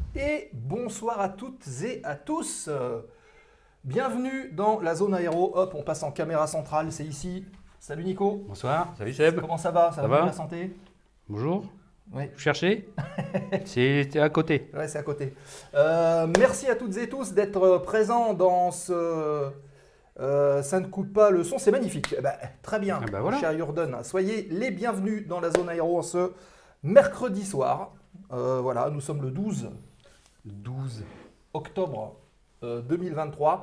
Et bonsoir à toutes et à tous. Bienvenue dans la zone aéro. Hop, on passe en caméra centrale, c'est ici. Salut Nico. Bonsoir, salut Seb. Comment ça va? Ça va bien la santé? Bonjour. Oui. Vous cherchez? C'est à côté. Ouais, c'est à côté. Merci à toutes et tous d'être présents dans ce... ça ne coupe pas le son, c'est magnifique. Eh ben, très bien, Voilà. cher Jordan. Soyez les bienvenus dans la zone aéro ce mercredi soir. Voilà, nous sommes le 12 octobre 2023,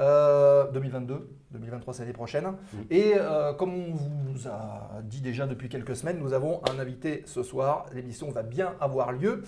2023 c'est l'année prochaine. Et comme on vous a dit déjà depuis quelques semaines, nous avons un invité ce soir. L'émission va bien avoir lieu.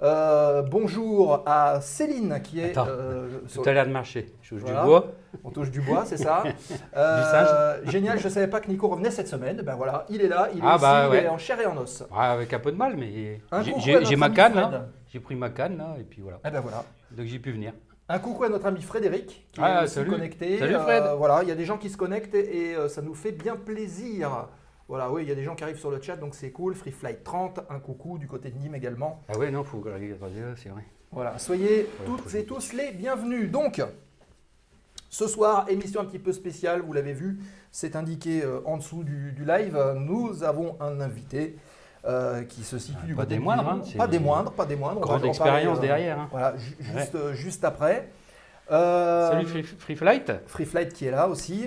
Bonjour à Céline qui est... tout à l'heure de marcher. Je touche voilà. du bois. On touche du bois, c'est ça. Génial, je ne savais pas que Nico revenait cette semaine. Ben voilà, il est là, il est ici, il est en chair et en os. Avec un peu de mal, mais J'ai j'ai ma canne là. J'ai pris ma canne là et puis voilà. Et ben voilà. Donc j'ai pu venir. Un coucou à notre ami Frédéric qui est aussi connecté. Salut Fred. Voilà, il y a des gens qui se connectent et ça nous fait bien plaisir. Voilà, oui, il y a des gens qui arrivent sur le chat, donc c'est cool. Free Flight 30, un coucou du côté de Nîmes également. Ah ouais, non, faut que c'est vrai. Voilà, soyez toutes et tous les bienvenus. Donc, ce soir, émission un petit peu spéciale, vous l'avez vu, c'est indiqué en dessous du live. Nous avons un invité qui se situe du côté des moindres. Hein, pas des moindres. Grande expérience derrière. Hein. Voilà, juste après. Salut Free Flight. Free Flight qui est là aussi.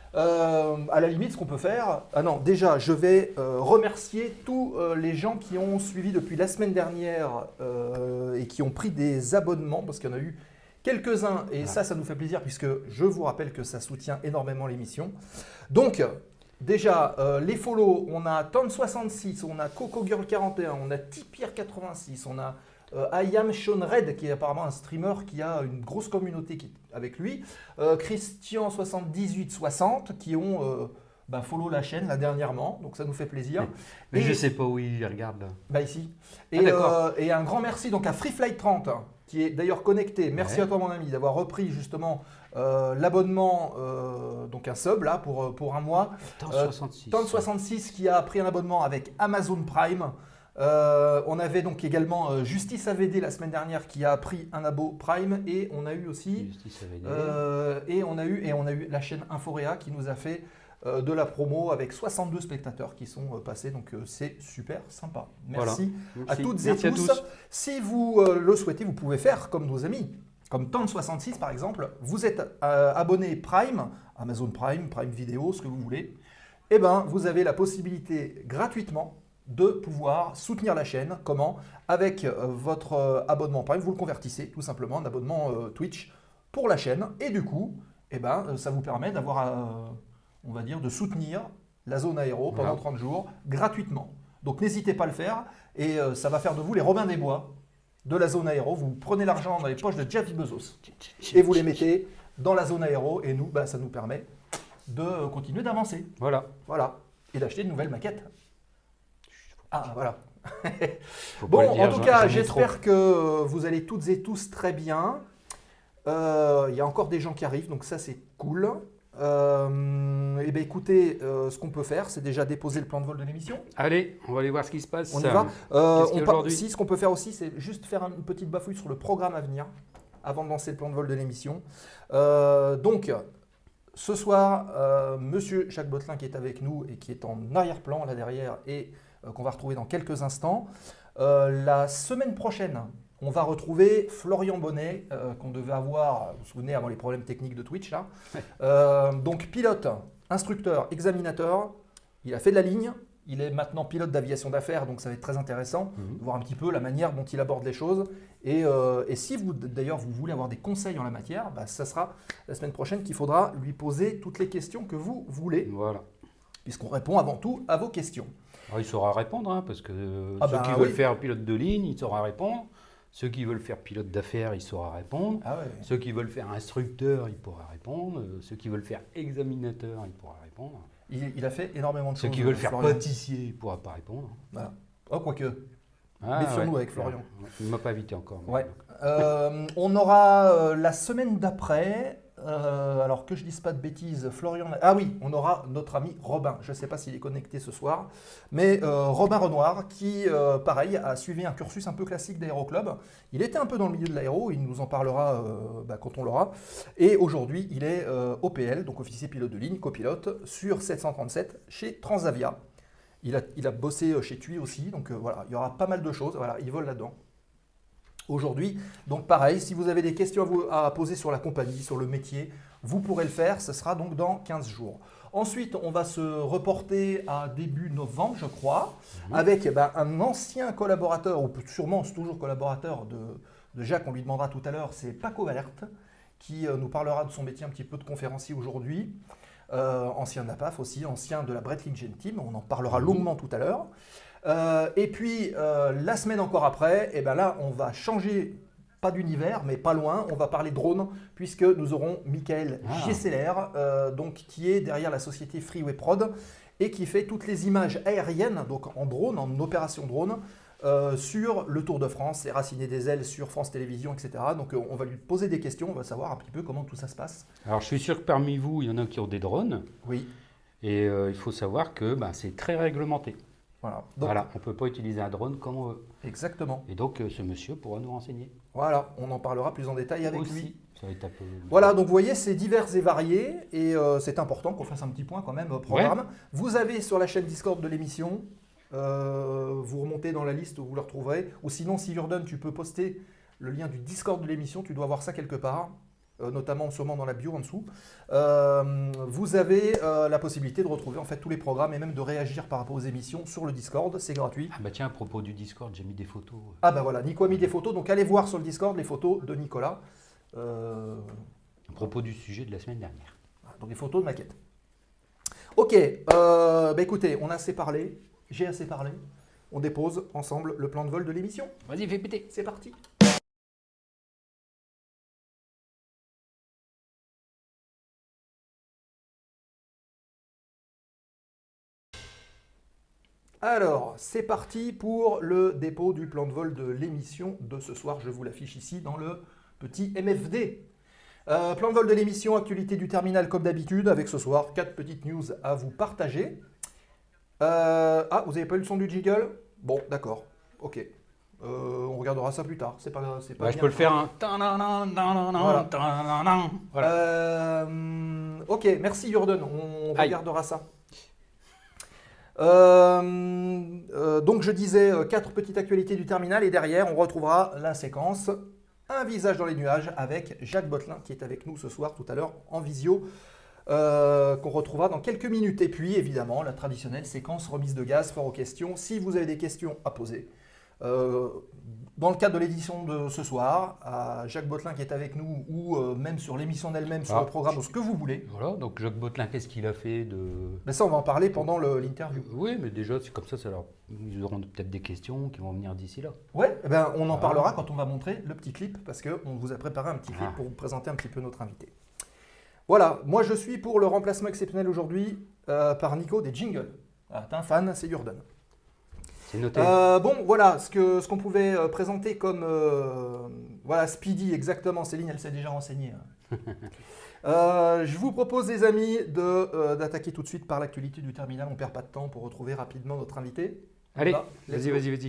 À la limite, ce qu'on peut faire... Ah non, déjà, je vais remercier tous les gens qui ont suivi depuis la semaine dernière et qui ont pris des abonnements, parce qu'il y en a eu quelques-uns, et ça nous fait plaisir, puisque je vous rappelle que ça soutient énormément l'émission. Donc, déjà, les follow, on a Tom66, on a Coco Girl 41, on a Tipir 86, on a I am Sean Red, qui est apparemment un streamer qui a une grosse communauté avec lui, Christian 7860 qui ont follow la chaîne là dernièrement, donc ça nous fait plaisir. Mais je sais pas où il regarde là. Bah ici. Et un grand merci donc à Free Flight 30 qui est d'ailleurs connecté. Merci à toi mon ami d'avoir repris justement l'abonnement, donc un sub là pour un mois. Tan66 qui a pris un abonnement avec Amazon Prime. On avait donc également Justice AVD la semaine dernière qui a pris un abo Prime et on a eu aussi et on a eu la chaîne Inforéa qui nous a fait de la promo avec 62 spectateurs qui sont passés, donc c'est super sympa. Merci à toutes et tous. Si vous le souhaitez, vous pouvez faire comme nos amis, comme Tan66 par exemple. Vous êtes abonné Prime, Amazon Prime, Prime Vidéo, ce que vous voulez. Et ben vous avez la possibilité gratuitement de pouvoir soutenir la chaîne. Comment? Avec votre abonnement Prime, vous le convertissez tout simplement en abonnement Twitch pour la chaîne. Et du coup, ça vous permet d'avoir, on va dire, de soutenir la zone aéro pendant 30 jours gratuitement. Donc n'hésitez pas à le faire et ça va faire de vous les Robins des Bois de la zone aéro. Vous prenez l'argent dans les poches de Jeff Bezos et vous les mettez dans la zone aéro et nous, ça nous permet de continuer d'avancer. Voilà. Et d'acheter de nouvelles maquettes. Ah, voilà. Bon, en tout cas, j'espère que vous allez toutes et tous très bien. Il y a encore des gens qui arrivent, donc ça, c'est cool. Écoutez, ce qu'on peut faire, c'est déjà déposer le plan de vol de l'émission. Allez, on va aller voir ce qui se passe. On y va. Ce qu'on peut faire aussi, c'est juste faire une petite bafouille sur le programme à venir avant de lancer le plan de vol de l'émission. Donc, ce soir, Monsieur Jacques Bottelin qui est avec nous et qui est en arrière-plan là derrière et qu'on va retrouver dans quelques instants. La semaine prochaine, on va retrouver Florian Bonnet, qu'on devait avoir, vous vous souvenez, avant les problèmes techniques de Twitch. Là. Donc pilote, instructeur, examinateur, il a fait de la ligne, il est maintenant pilote d'aviation d'affaires, donc ça va être très intéressant de voir un petit peu la manière dont il aborde les choses. Et si vous, d'ailleurs, vous voulez avoir des conseils en la matière, ça sera la semaine prochaine qu'il faudra lui poser toutes les questions que vous voulez. Voilà. Puisqu'on répond avant tout à vos questions. Alors, il saura répondre, parce que ceux qui veulent faire pilote de ligne, il saura répondre. Ceux qui veulent faire pilote d'affaires, il saura répondre. Ceux qui veulent faire instructeur, il pourra répondre. Ceux qui veulent faire examinateur, il pourra répondre. Il a fait énormément de choses. Ceux qui veulent faire pâtissier, il ne pourra pas répondre. Voilà. Oh, quoique. Méfions-nous avec Florian. Il ne m'a pas invité encore. On aura la semaine d'après alors que je ne dise pas de bêtises, Florian... Ah oui, on aura notre ami Robin. Je ne sais pas s'il est connecté ce soir. Mais Robin Renoir, qui, pareil, a suivi un cursus un peu classique d'Aéroclub. Il était un peu dans le milieu de l'aéro, il nous en parlera quand on l'aura. Et aujourd'hui, il est OPL, donc officier pilote de ligne, copilote, sur 737 chez Transavia. Il a bossé chez TUI aussi, donc voilà, il y aura pas mal de choses. Voilà, il vole là-dedans. Aujourd'hui, donc pareil, si vous avez des questions à poser sur la compagnie, sur le métier, vous pourrez le faire, ce sera donc dans 15 jours. Ensuite, on va se reporter à début novembre, je crois, avec un ancien collaborateur, ou sûrement toujours collaborateur de Jacques, on lui demandera tout à l'heure, c'est Paco Valerte, qui nous parlera de son métier un petit peu de conférencier aujourd'hui, ancien de la PAF aussi, ancien de la Breitling Team, on en parlera longuement tout à l'heure. Et puis, la semaine encore après, et là, on va changer, pas d'univers, mais pas loin. On va parler drone, puisque nous aurons Michael Gesseler, donc, qui est derrière la société Freeway Prod et qui fait toutes les images aériennes, donc en drone, en opération drone, sur le Tour de France, Raciner des ailes sur France Télévisions, etc. Donc, on va lui poser des questions, on va savoir un petit peu comment tout ça se passe. Alors, je suis sûr que parmi vous, il y en a qui ont des drones. Oui. Et il faut savoir que c'est très réglementé. Voilà, donc, on ne peut pas utiliser un drone comme on veut. Exactement. Et donc, ce monsieur pourra nous renseigner. Voilà, on en parlera plus en détail avec lui. Ça va être un peu... Voilà, donc vous voyez, c'est divers et varié, et c'est important qu'on fasse un petit point quand même au programme. Ouais. Vous avez sur la chaîne Discord de l'émission, vous remontez dans la liste où vous le retrouverez, ou sinon, si Jordan, tu peux poster le lien du Discord de l'émission, tu dois voir ça quelque part. Notamment sûrement dans la bio en dessous, vous avez la possibilité de retrouver en fait tous les programmes et même de réagir par rapport aux émissions sur le Discord, c'est gratuit. Ah bah tiens, à propos du Discord, j'ai mis des photos. Ah bah voilà, Nico a mis des photos, donc allez voir sur le Discord les photos de Nicolas. À propos du sujet de la semaine dernière. Donc des photos de maquettes. Ok, écoutez, on a assez parlé, j'ai assez parlé, on dépose ensemble le plan de vol de l'émission. Vas-y, fais péter. C'est parti. Alors, c'est parti pour le dépôt du plan de vol de l'émission de ce soir. Je vous l'affiche ici dans le petit MFD. Plan de vol de l'émission, actualité du terminal comme d'habitude, avec ce soir 4 petites news à vous partager. Vous n'avez pas eu le son du jingle? Bon, d'accord, ok. On regardera ça plus tard. C'est pas je peux le faire un... Voilà. Ok, merci Jordan, on regardera ça. Donc je disais 4 petites actualités du terminal et derrière on retrouvera la séquence Un visage dans les nuages avec Jacques Bottelin qui est avec nous ce soir tout à l'heure en visio qu'on retrouvera dans quelques minutes. Et puis évidemment la traditionnelle séquence remise de gaz, fort aux questions. Si vous avez des questions à poser, dans le cadre de l'édition de ce soir, à Jacques Bottelin qui est avec nous ou même sur l'émission d'elle-même, sur le programme, ou ce que vous voulez. Voilà, donc Jacques Bottelin, qu'est-ce qu'il a fait de... Mais ça, on va en parler pendant l'interview. Oui, mais déjà, c'est comme ça, ils auront peut-être des questions qui vont venir d'ici là. Oui, on en parlera quand on va montrer le petit clip, parce qu'on vous a préparé un petit clip pour vous présenter un petit peu notre invité. Voilà, moi je suis pour le remplacement exceptionnel aujourd'hui par Nico des jingles. Ah, t'es un fan, c'est Jordan. C'est noté. Voilà ce qu'on pouvait présenter comme Speedy, exactement. Céline, elle s'est déjà renseignée. Je vous propose, les amis, d'attaquer tout de suite par l'actualité du terminal. On ne perd pas de temps pour retrouver rapidement notre invité. Allez, vas-y.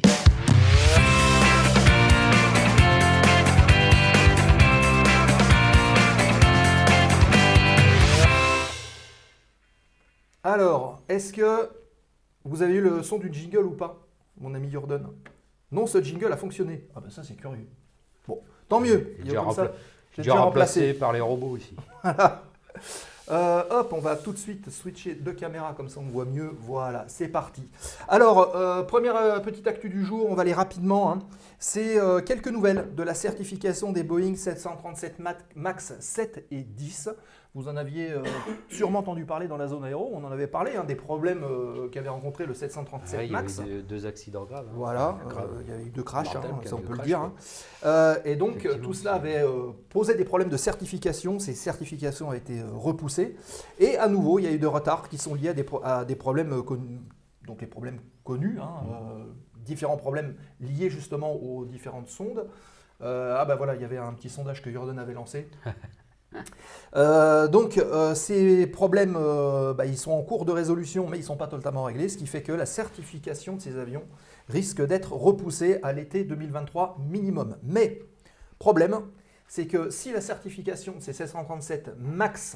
Alors, est-ce que vous avez eu le son du jingle ou pas, mon ami Jordan? Non, ce jingle a fonctionné. Ah ben ça, c'est curieux. Bon, tant mieux. J'ai déjà remplacé par les robots ici. Hop, on va tout de suite switcher de caméra, comme ça on voit mieux. Voilà, c'est parti. Alors, première petite actu du jour, on va aller rapidement. C'est quelques nouvelles de la certification des Boeing 737 MAX 7 et 10. Vous en aviez sûrement entendu parler dans la zone aéro. On en avait parlé des problèmes qu'avait rencontré le 737 MAX. Il y a eu 2 accidents graves. Voilà, il y avait eu 2 crashs, ça on peut le dire. Et donc tout cela avait posé des problèmes de certification. Ces certifications ont été repoussées. Et à nouveau, il y a eu des retards qui sont liés à des problèmes connus. Donc les problèmes connus, différents problèmes liés justement aux différentes sondes. Voilà, il y avait un petit sondage que Jordan avait lancé. Donc ces problèmes, ils sont en cours de résolution, mais ils ne sont pas totalement réglés, ce qui fait que la certification de ces avions risque d'être repoussée à l'été 2023 minimum. Mais, problème, c'est que si la certification de ces 737 MAX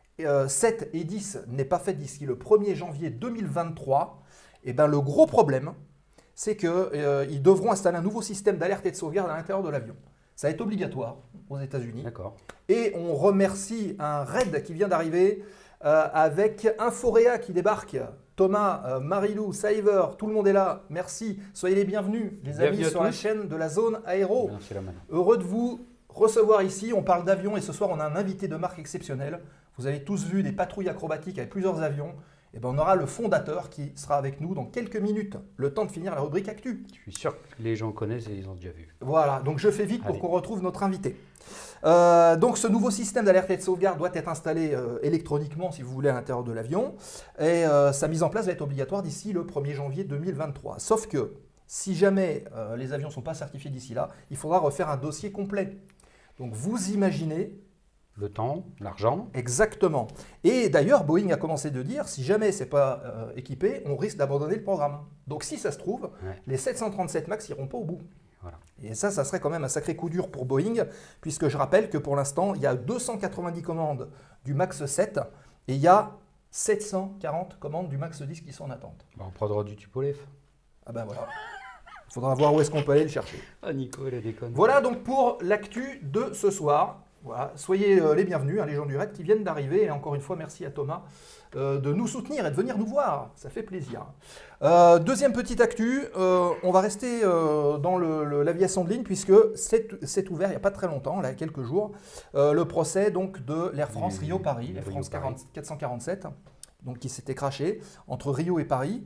7 et 10 n'est pas faite d'ici le 1er janvier 2023, le gros problème, c'est qu'ils devront installer un nouveau système d'alerte et de sauvegarde à l'intérieur de l'avion. Ça va être obligatoire aux États-Unis. D'accord. Et on remercie un raid qui vient d'arriver avec Inforéa qui débarque. Thomas, Marilou, Cyber, tout le monde est là. Merci. Soyez les bienvenus, les amis, sur la chaîne de la zone aéro. Heureux de vous recevoir ici. On parle d'avions et ce soir, on a un invité de marque exceptionnel. Vous avez tous vu des patrouilles acrobatiques avec plusieurs avions. On aura le fondateur qui sera avec nous dans quelques minutes, le temps de finir la rubrique Actu. Je suis sûr que les gens connaissent et ils ont déjà vu. Voilà, donc je fais vite pour qu'on retrouve notre invité. Donc ce nouveau système d'alerte et de sauvegarde doit être installé électroniquement si vous voulez à l'intérieur de l'avion. Et sa mise en place va être obligatoire d'ici le 1er janvier 2023. Sauf que si jamais les avions ne sont pas certifiés d'ici là, il faudra refaire un dossier complet. Donc vous imaginez... Le temps, l'argent. Exactement. Et d'ailleurs, Boeing a commencé de dire, si jamais ce n'est pas équipé, on risque d'abandonner le programme. Donc si ça se trouve, les 737 MAX n'iront pas au bout. Voilà. Et ça serait quand même un sacré coup dur pour Boeing, puisque je rappelle que pour l'instant, il y a 290 commandes du MAX 7 et il y a 740 commandes du MAX 10 qui sont en attente. On prendra du Tupolev. Ah ben voilà. Il faudra voir où est-ce qu'on peut aller le chercher. Ah Nico, elle a déconné. Voilà donc pour l'actu de ce soir. Voilà. Soyez les bienvenus, les gens du RAID qui viennent d'arriver. Et encore une fois, merci à Thomas de nous soutenir et de venir nous voir. Ça fait plaisir. Deuxième petite actu, on va rester dans l'aviation de ligne puisque c'est ouvert il n'y a pas très longtemps, là, il y a quelques jours, le procès donc, de l'Air France Rio-Paris, l'Air France 447, donc, qui s'était crashé entre Rio et Paris.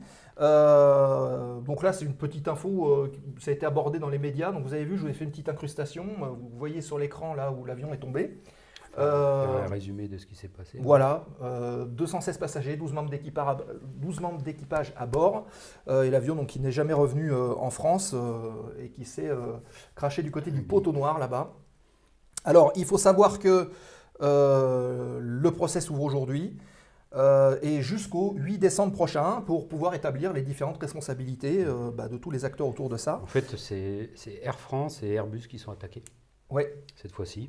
Donc là, c'est une petite info, ça a été abordé dans les médias. Donc vous avez vu, je vous ai fait une petite incrustation. Vous voyez sur l'écran là où l'avion est tombé. Un résumé de ce qui s'est passé. Voilà, 216 passagers, 12 membres d'équipage à bord. Et l'avion donc, qui n'est jamais revenu en France et qui s'est crashé du côté du Poteau Noir là-bas. Alors, il faut savoir que le procès s'ouvre aujourd'hui. Et jusqu'au 8 décembre prochain pour pouvoir établir les différentes responsabilités de tous les acteurs autour de ça. En fait, c'est Air France et Airbus qui sont attaqués. Oui. Cette fois-ci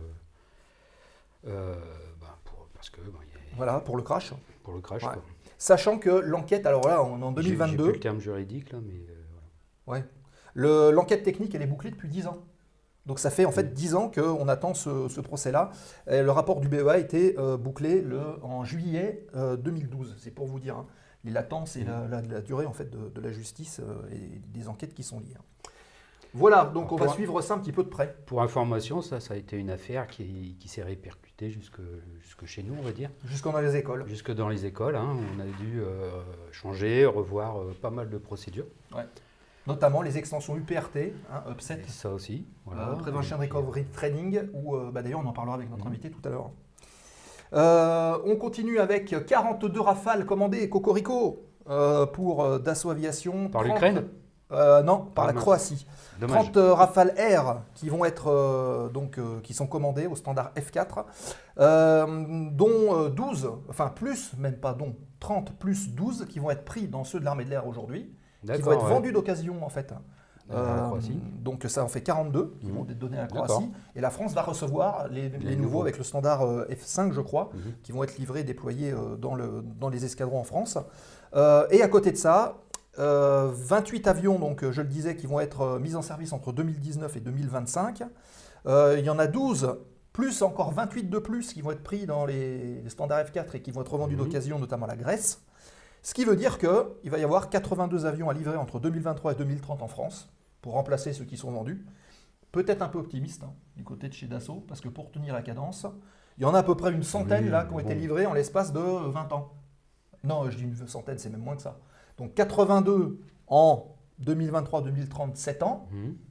parce que voilà, pour le crash. Pour le crash. Ouais. Sachant que l'enquête, alors là, on est en 2022. J'ai plus le terme juridique là, mais voilà. Ouais. L'enquête technique, elle est bouclée depuis 10 ans. Donc ça fait en fait 10 ans qu'on attend ce procès-là. Et le rapport du BEA a été bouclé en juillet 2012. C'est pour vous dire les latences et la durée en fait de la justice et des enquêtes qui sont liées. Voilà, donc on va suivre ça un petit peu de près. Pour information, ça a été une affaire qui s'est répercutée jusque chez nous, on va dire. Jusque dans les écoles. Jusque dans les écoles. On a dû changer, revoir pas mal de procédures. Ouais. Notamment les extensions UPRT, Upset. Et ça aussi. Voilà. Prevention Recovery Training, où d'ailleurs on en parlera avec notre invité tout à l'heure. On continue avec 42 Rafales commandées Cocorico pour Dassault Aviation. Par l'Ukraine ? Non, par la Croatie. Dommage. 30 Rafale Air qui vont être qui sont commandés au standard F4, dont 12, enfin plus, même pas dont, 30 plus 12 qui vont être pris dans ceux de l'armée de l'air aujourd'hui, qui vont être vendus d'occasion en fait. Donc ça en fait 42 qui vont être donnés à la Croatie. Et la France va recevoir les nouveaux avec le standard F5 je crois, qui vont être livrés, déployés dans les escadrons en France. Et à côté de ça, 28 avions, donc je le disais, qui vont être mis en service entre 2019 et 2025. Il y en a 12, plus encore 28 de plus qui vont être pris dans les standards F4 et qui vont être revendus d'occasion, notamment à la Grèce. Ce qui veut dire qu'il va y avoir 82 avions à livrer entre 2023 et 2030 en France pour remplacer ceux qui sont vendus. Peut-être un peu optimiste du côté de chez Dassault, parce que pour tenir la cadence, il y en a à peu près une centaine qui ont été livrés en l'espace de 20 ans. Non, je dis une centaine, c'est même moins que ça. Donc 82 en 2023-2030, 7 ans,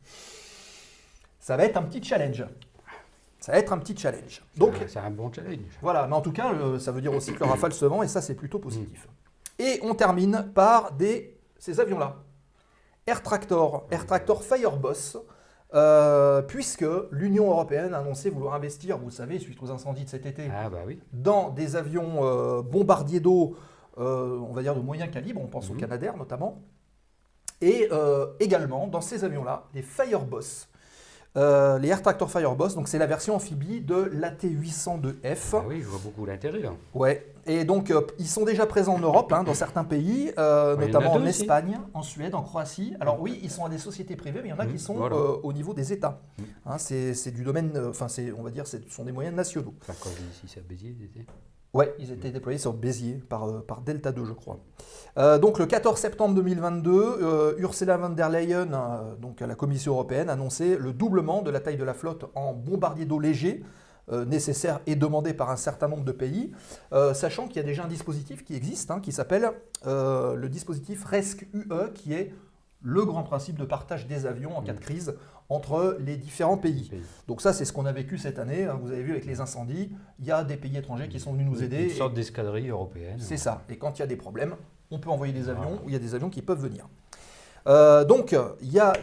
ça va être un petit challenge. Ça va être un petit challenge. Donc, c'est un bon challenge. Voilà, mais en tout cas, ça veut dire aussi que le Rafale se vend et ça, c'est plutôt positif. Et on termine par ces avions-là. Air Tractor Fireboss, puisque l'Union européenne a annoncé vouloir investir, vous le savez, suite aux incendies de cet été, dans des avions bombardiers d'eau, on va dire de moyen calibre, on pense au Canadair notamment, et également dans ces avions-là, les Fireboss, les Air Tractor Fireboss, donc c'est la version amphibie de l'AT802F. Ah oui, je vois beaucoup l'intérêt là. Ouais, et donc ils sont déjà présents en Europe, dans certains pays, notamment en Espagne, en Suède, en Croatie. Alors oui, ils sont à des sociétés privées, mais il y en a qui sont au niveau des États. C'est du domaine, on va dire, ce sont des moyens nationaux. Enfin, quand je dis ici, c'est à Béziers, ils étaient. Ouais, ils étaient déployés sur Béziers par Delta 2, je crois. Donc le 14 septembre 2022, Ursula von der Leyen, donc la Commission européenne, a annoncé le doublement de la taille de la flotte en bombardiers d'eau légers, nécessaire et demandé par un certain nombre de pays, sachant qu'il y a déjà un dispositif qui existe, qui s'appelle le dispositif RESC-UE, qui est le grand principe de partage des avions en cas de crise entre les différents pays. Donc ça, c'est ce qu'on a vécu cette année. Vous avez vu avec les incendies, il y a des pays étrangers qui sont venus nous aider. Une sorte d'escadrille européenne. C'est ça. Et quand il y a des problèmes, on peut envoyer des avions, ou il y a des avions qui peuvent venir. Donc, il y a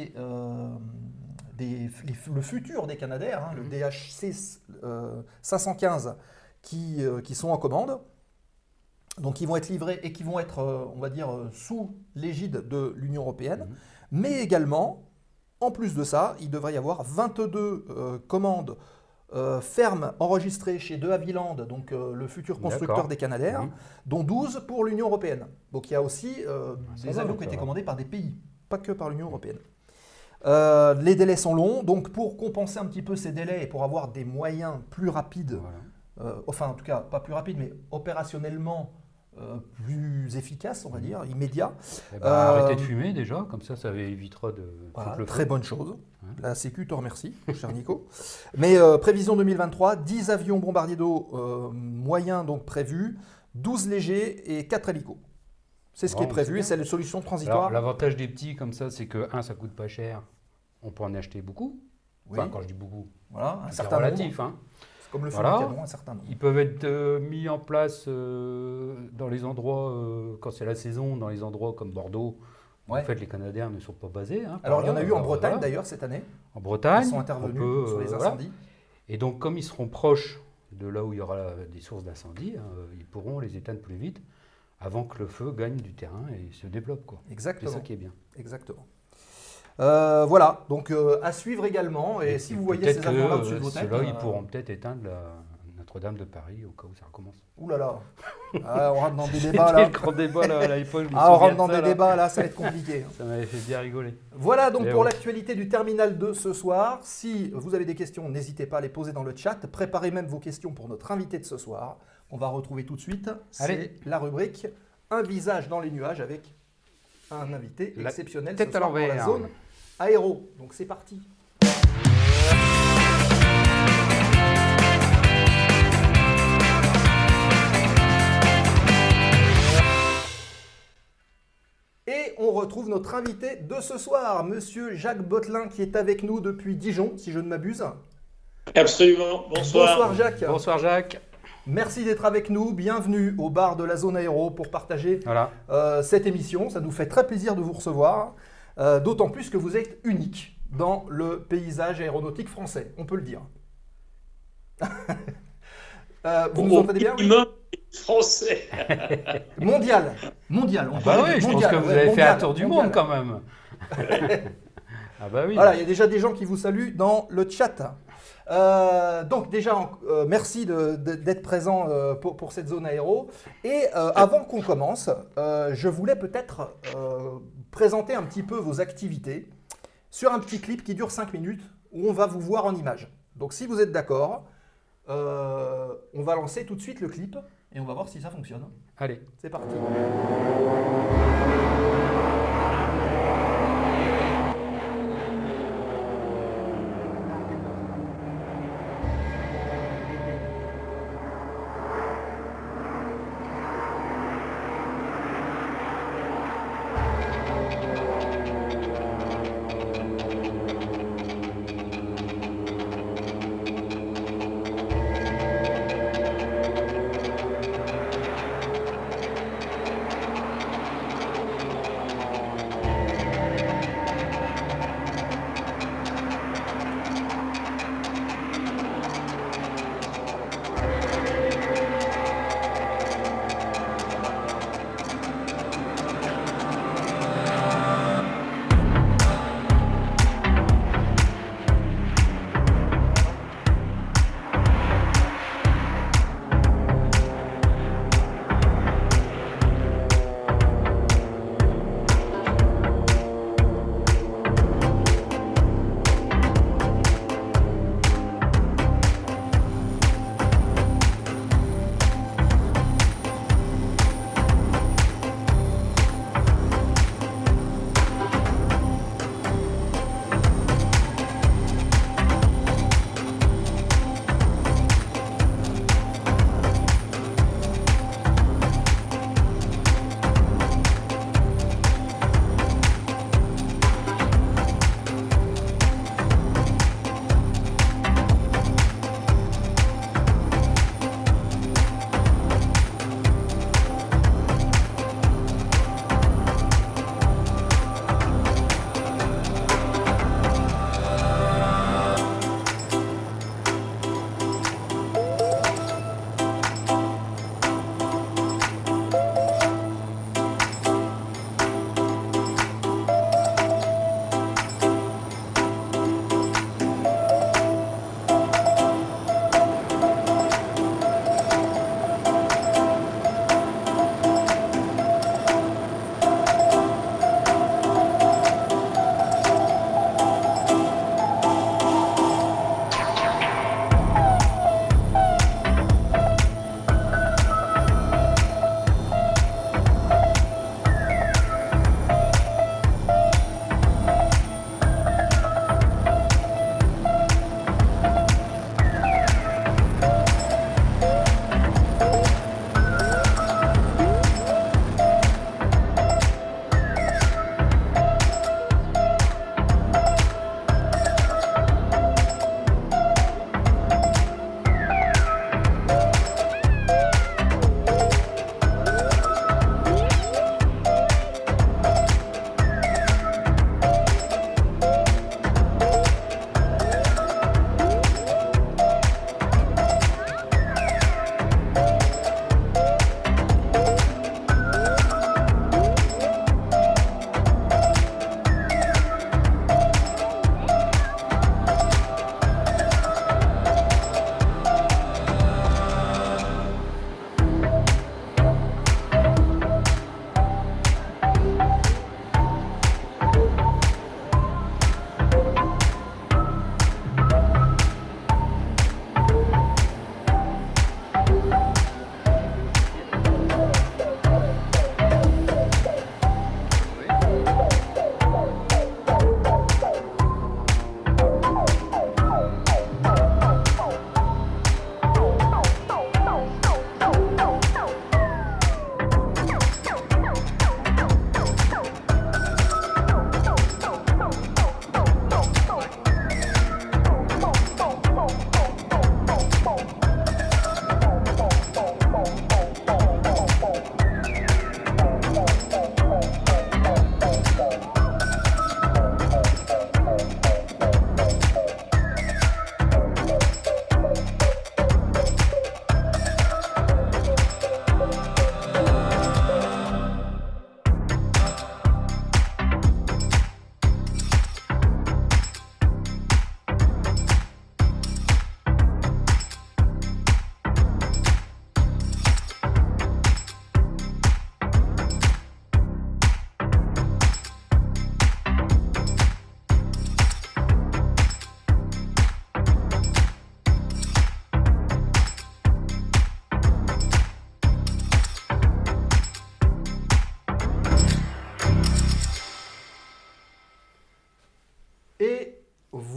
le futur des Canadair, le DHC 515, qui sont en commande. Donc, ils vont être livrés et qui vont être, on va dire, sous l'égide de l'Union européenne. Mais également, en plus de ça, il devrait y avoir 22 commandes fermes enregistrées chez De Havilland, donc le futur constructeur des Canadair, dont 12 pour l'Union européenne. Donc, il y a aussi des avions qui ont été commandés par des pays, pas que par l'Union européenne. Les délais sont longs, donc pour compenser un petit peu ces délais et pour avoir des moyens plus rapides, enfin en tout cas pas plus rapides, mais opérationnellement plus efficaces, on va dire, immédiats. Arrêtez de fumer déjà, comme ça évitera de... Voilà, très bonne chose. La Sécu te remercie, cher Nico. Mais prévision 2023, 10 avions bombardiers d'eau moyens donc prévus, 12 légers et 4 hélicos. C'est ce qui est prévu et c'est la solution transitoire. L'avantage des petits comme ça, c'est que, ça coûte pas cher. On peut en acheter beaucoup. Enfin, quand je dis beaucoup, voilà, un certain relatif. C'est comme le feu du canon, un certain nombre. Ils peuvent être mis en place dans les endroits, quand c'est la saison, dans les endroits comme Bordeaux. En fait, les Canadiens ne sont pas basés. Alors, il y en a eu en Bretagne d'ailleurs cette année. En Bretagne. Ils sont intervenus sur les incendies. Et donc, comme ils seront proches de là où il y aura des sources d'incendie, ils pourront les éteindre plus vite avant que le feu gagne du terrain et se développe. Exactement. C'est ça qui est bien. Exactement. Voilà, donc à suivre également. Et si vous voyez ces avions-là au-dessus de vos têtes... Ceux-là, ils pourront peut-être éteindre Notre-Dame de Paris au cas où ça recommence. Ouh là là, on rentre dans des débats là. Le grand débat là, à l'époque. On rentre dans des débats là, ça va être compliqué. Ça m'avait fait bien rigoler. Voilà donc pour l'actualité du Terminal 2 ce soir. Si vous avez des questions, n'hésitez pas à les poser dans le chat. Préparez même vos questions pour notre invité de ce soir. On va retrouver tout de suite. C'est la rubrique Un visage dans les nuages avec un invité exceptionnel ce soir dans la zone aéro. Donc c'est parti. Et on retrouve notre invité de ce soir, Monsieur Jacques Bottelin, qui est avec nous depuis Dijon, si je ne m'abuse. Absolument. Bonsoir. Bonsoir Jacques. Bonsoir Jacques. Merci d'être avec nous. Bienvenue au bar de la zone aéro pour partager cette émission. Ça nous fait très plaisir de vous recevoir, d'autant plus que vous êtes unique dans le paysage aéronautique français, on peut le dire. Vous nous entendez bien? Français. Mondial. Oui, je pense que vous avez fait un tour du monde quand même. Oui. Voilà, il y a déjà des gens qui vous saluent dans le chat. Donc déjà, merci d'être présent pour cette zone aéro. Et avant qu'on commence, je voulais peut-être présenter un petit peu vos activités sur un petit clip qui dure 5 minutes où on va vous voir en image. Donc si vous êtes d'accord, on va lancer tout de suite le clip et on va voir si ça fonctionne. Allez, c'est parti.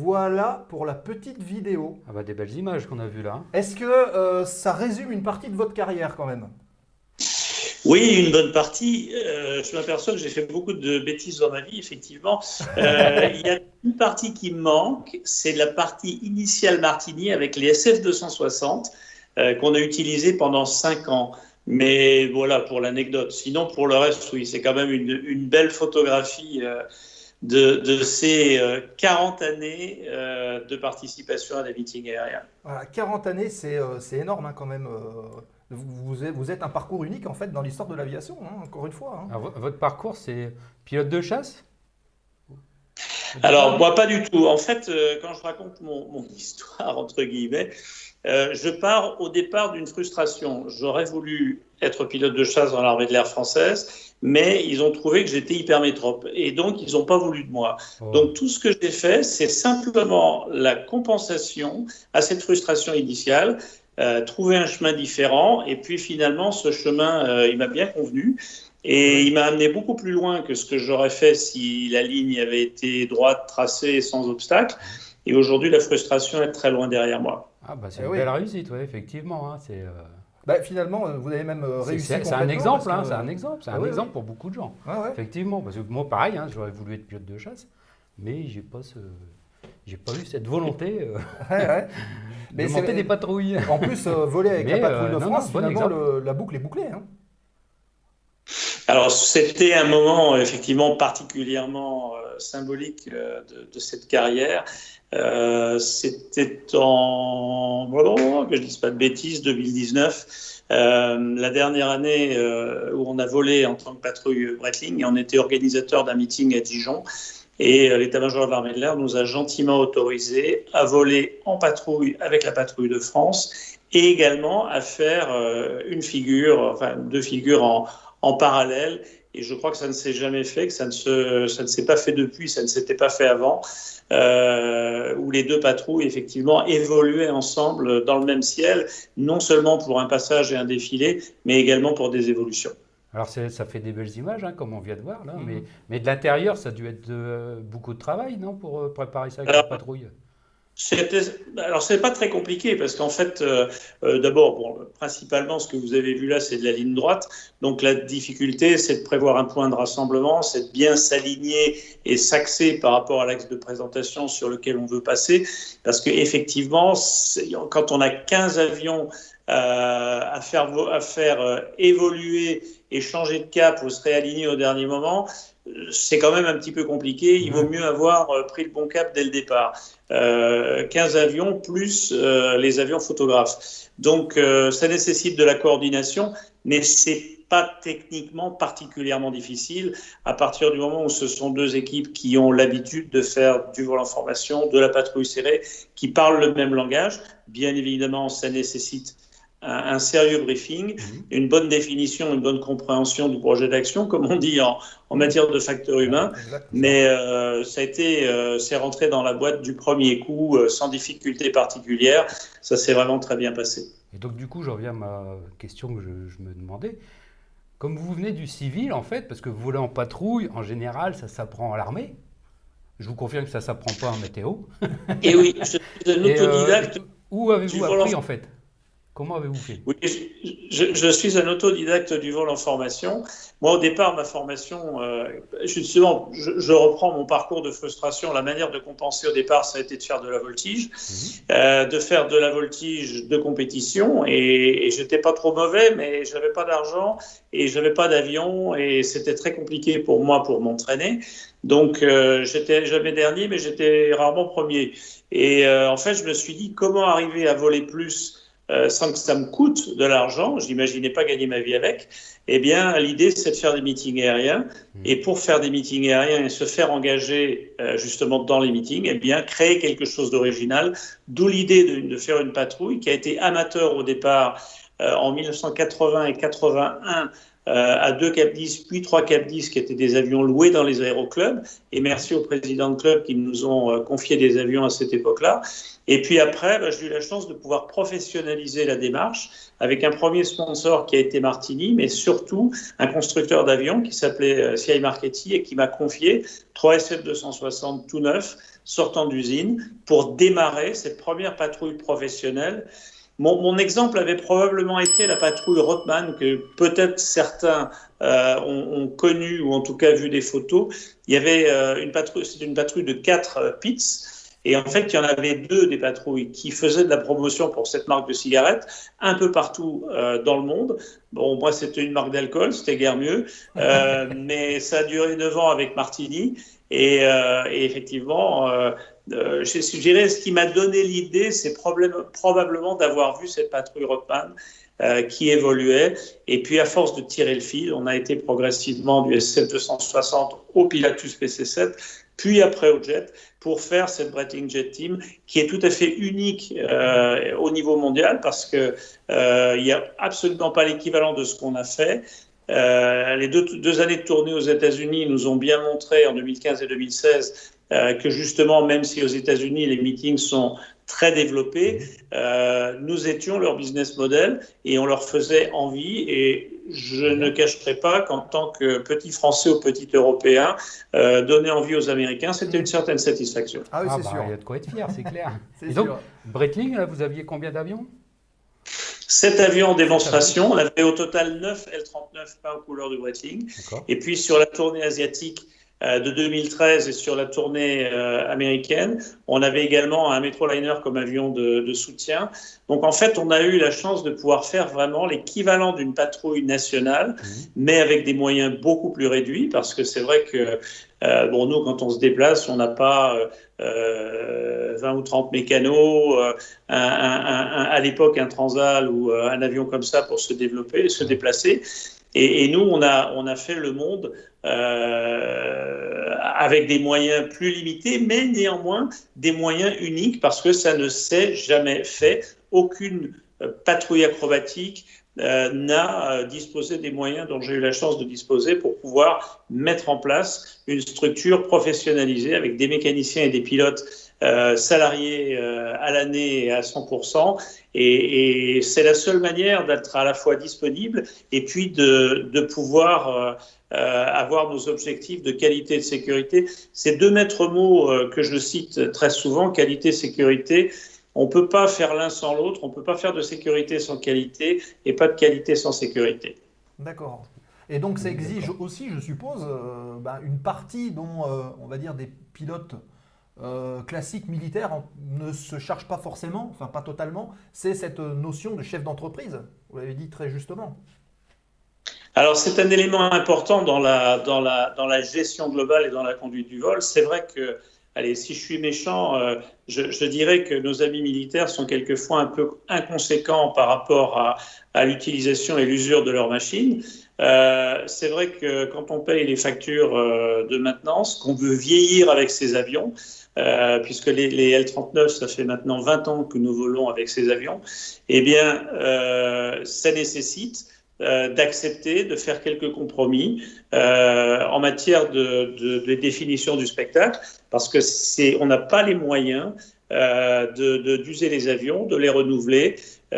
voilà pour la petite vidéo. Ah bah des belles images qu'on a vues là. Est-ce que ça résume une partie de votre carrière quand même? Oui, une bonne partie. Je m'aperçois que j'ai fait beaucoup de bêtises dans ma vie, effectivement. Il y a une partie qui me manque, c'est la partie initiale Martini avec les SF-260 qu'on a utilisé pendant 5 ans. Mais voilà, pour l'anecdote. Sinon, pour le reste, oui, c'est quand même une belle photographie de ces 40 années de participation à des meetings aériens. Voilà, 40 années, c'est énorme hein, quand même. Vous êtes un parcours unique en fait dans l'histoire de l'aviation, hein, encore une fois. Hein. Alors, votre parcours, c'est pilote de chasse? Alors, moi, pas du tout. En fait, quand je raconte mon histoire, entre guillemets, je pars au départ d'une frustration. J'aurais voulu être pilote de chasse dans l'armée de l'air française, mais ils ont trouvé que j'étais hypermétrope. Et donc, ils n'ont pas voulu de moi. Oh. Donc, tout ce que j'ai fait, c'est simplement la compensation à cette frustration initiale, trouver un chemin différent. Et puis, finalement, ce chemin, il m'a bien convenu. Et il m'a amené beaucoup plus loin que ce que j'aurais fait si la ligne avait été droite, tracée, sans obstacle. Et aujourd'hui, la frustration est très loin derrière moi. Ah bah c'est une belle réussite, ouais, effectivement. Hein, finalement, vous avez même réussi. C'est un exemple, hein, c'est un exemple pour beaucoup de gens. Effectivement, parce que moi, pareil, hein, j'aurais voulu être pilote de chasse, mais j'ai pas eu cette volonté de monter des patrouilles. En plus, voler avec la patrouille de France, finalement, la boucle est bouclée. Hein. Alors, c'était un moment effectivement particulièrement symbolique de cette carrière. C'était en, que je ne dise pas de bêtises, 2019, la dernière année où on a volé en tant que patrouille Breitling, et on était organisateur d'un meeting à Dijon. Et l'état-major de l'armée de l'air nous a gentiment autorisés à voler en patrouille avec la patrouille de France et également à faire deux figures en parallèle. Et je crois que ça ne s'est jamais fait, que ça ne s'est pas fait depuis, ça ne s'était pas fait avant, où les deux patrouilles, effectivement, évoluaient ensemble dans le même ciel, non seulement pour un passage et un défilé, mais également pour des évolutions. Alors, ça fait des belles images, hein, comme on vient de voir, là, mais de l'intérieur, ça a dû être beaucoup de travail, non, pour préparer ça avec la patrouille? Alors, c'est pas très compliqué parce qu'en fait, d'abord, principalement, ce que vous avez vu là, c'est de la ligne droite. Donc, la difficulté, c'est de prévoir un point de rassemblement, c'est de bien s'aligner et s'axer par rapport à l'axe de présentation sur lequel on veut passer. Parce qu'effectivement, quand on a 15 avions à faire évoluer et changer de cap ou se réaligner au dernier moment, c'est quand même un petit peu compliqué. Il vaut mieux avoir pris le bon cap dès le départ. 15 avions plus les avions photographes. Donc, ça nécessite de la coordination, mais c'est pas techniquement particulièrement difficile à partir du moment où ce sont deux équipes qui ont l'habitude de faire du vol en formation, de la patrouille serrée, qui parlent le même langage. Bien évidemment, ça nécessite un sérieux briefing, une bonne définition, une bonne compréhension du projet d'action, comme on dit en matière de facteurs humains. Mais c'est rentré dans la boîte du premier coup, sans difficulté particulière. Ça s'est vraiment très bien passé. Et donc, du coup, je reviens à ma question que je me demandais. Comme vous venez du civil, en fait, parce que vous volez en patrouille, en général, ça s'apprend à l'armée. Je vous confirme que ça ne s'apprend pas en météo. Et oui, je suis un autodidacte. Où avez-vous appris, en fait? Comment avez-vous fait? Oui, je suis un autodidacte du vol en formation. Moi, au départ, ma formation, justement, je reprends mon parcours de frustration. La manière de compenser au départ, ça a été de faire de la voltige, de faire de la voltige de compétition. Et je n'étais pas trop mauvais, mais je n'avais pas d'argent et je n'avais pas d'avion. Et c'était très compliqué pour moi pour m'entraîner. Donc, j'étais jamais dernier, mais j'étais rarement premier. Et en fait, je me suis dit, comment arriver à voler plus sans que ça me coûte de l'argent, je n'imaginais pas gagner ma vie avec, eh bien, l'idée, c'est de faire des meetings aériens. Et pour faire des meetings aériens et se faire engager justement dans les meetings, eh bien, créer quelque chose d'original, d'où l'idée de faire une patrouille qui a été amateur au départ en 1980 et 81, à 2 Cap 10, puis 3 Cap 10, qui étaient des avions loués dans les aéroclubs. Et merci aux présidents de clubs qui nous ont confié des avions à cette époque-là. Et puis après, j'ai eu la chance de pouvoir professionnaliser la démarche avec un premier sponsor qui a été Martini, mais surtout un constructeur d'avions qui s'appelait CI Marchetti et qui m'a confié 3 SF-260 tout neufs, sortant d'usine pour démarrer cette première patrouille professionnelle. Mon exemple avait probablement été la patrouille Rothman, que peut-être certains ont connu ou en tout cas vu des photos. Il y avait c'était une patrouille de 4 PITS. Et en fait, il y en avait 2 des patrouilles qui faisaient de la promotion pour cette marque de cigarettes un peu partout dans le monde. Bon, moi, c'était une marque d'alcool, c'était guère mieux. Mais ça a duré 9 ans avec Martini. Et effectivement, je dirais, ce qui m'a donné l'idée, c'est probablement d'avoir vu cette patrouille Rothman qui évoluait. Et puis, à force de tirer le fil, on a été progressivement du SF-260 au Pilatus PC-7, puis après au jet, pour faire cette Breitling Jet Team qui est tout à fait unique au niveau mondial parce qu'il n'y a absolument pas l'équivalent de ce qu'on a fait. Les deux années de tournée aux États-Unis nous ont bien montré en 2015 et 2016 que justement, même si aux États-Unis les meetings sont très développés, nous étions leur business model et on leur faisait envie. Et je ne cacherai pas qu'en tant que petit Français ou petit Européen, donner envie aux Américains, c'était une certaine satisfaction. Ah oui, c'est sûr. Il y a de quoi être fier, c'est clair. Et donc, Breitling, là, vous aviez combien d'avions ? 7 avions en démonstration. On avait au total 9 L-39 peints aux couleurs de Breitling. Et puis sur la tournée asiatique de 2013 et sur la tournée américaine, on avait également un Metroliner comme avion de soutien. Donc en fait, on a eu la chance de pouvoir faire vraiment l'équivalent d'une patrouille nationale, mais avec des moyens beaucoup plus réduits, parce que c'est vrai que nous, quand on se déplace, on n'a pas 20 ou 30 mécanos, à l'époque un Transal ou un avion comme ça pour se développer, se déplacer. Et nous, on a fait le monde avec des moyens plus limités, mais néanmoins des moyens uniques parce que ça ne s'est jamais fait. Aucune patrouille acrobatique n'a disposé des moyens dont j'ai eu la chance de disposer pour pouvoir mettre en place une structure professionnalisée avec des mécaniciens et des pilotes salariés à l'année et à 100%. Et c'est la seule manière d'être à la fois disponible et puis de pouvoir avoir nos objectifs de qualité et de sécurité. Ces 2 maîtres mots que je cite très souvent, qualité, sécurité. On ne peut pas faire l'un sans l'autre, on ne peut pas faire de sécurité sans qualité et pas de qualité sans sécurité. D'accord. Et donc ça exige aussi, je suppose, une partie dont, on va dire, des pilotes classiques militaires ne se chargent pas forcément, enfin pas totalement, c'est cette notion de chef d'entreprise, vous l'avez dit très justement. Alors c'est un élément important dans la gestion globale et dans la conduite du vol. C'est vrai que, allez, si je suis méchant, je dirais que nos amis militaires sont quelquefois un peu inconséquents par rapport à l'utilisation et l'usure de leurs machines. C'est vrai que quand on paye les factures de maintenance, qu'on veut vieillir avec ces avions, puisque les L-39, ça fait maintenant 20 ans que nous volons avec ces avions, eh bien, ça nécessite d'accepter de faire quelques compromis en matière de définition du spectacle, parce que on n'a pas les moyens d'user les avions, de les renouveler.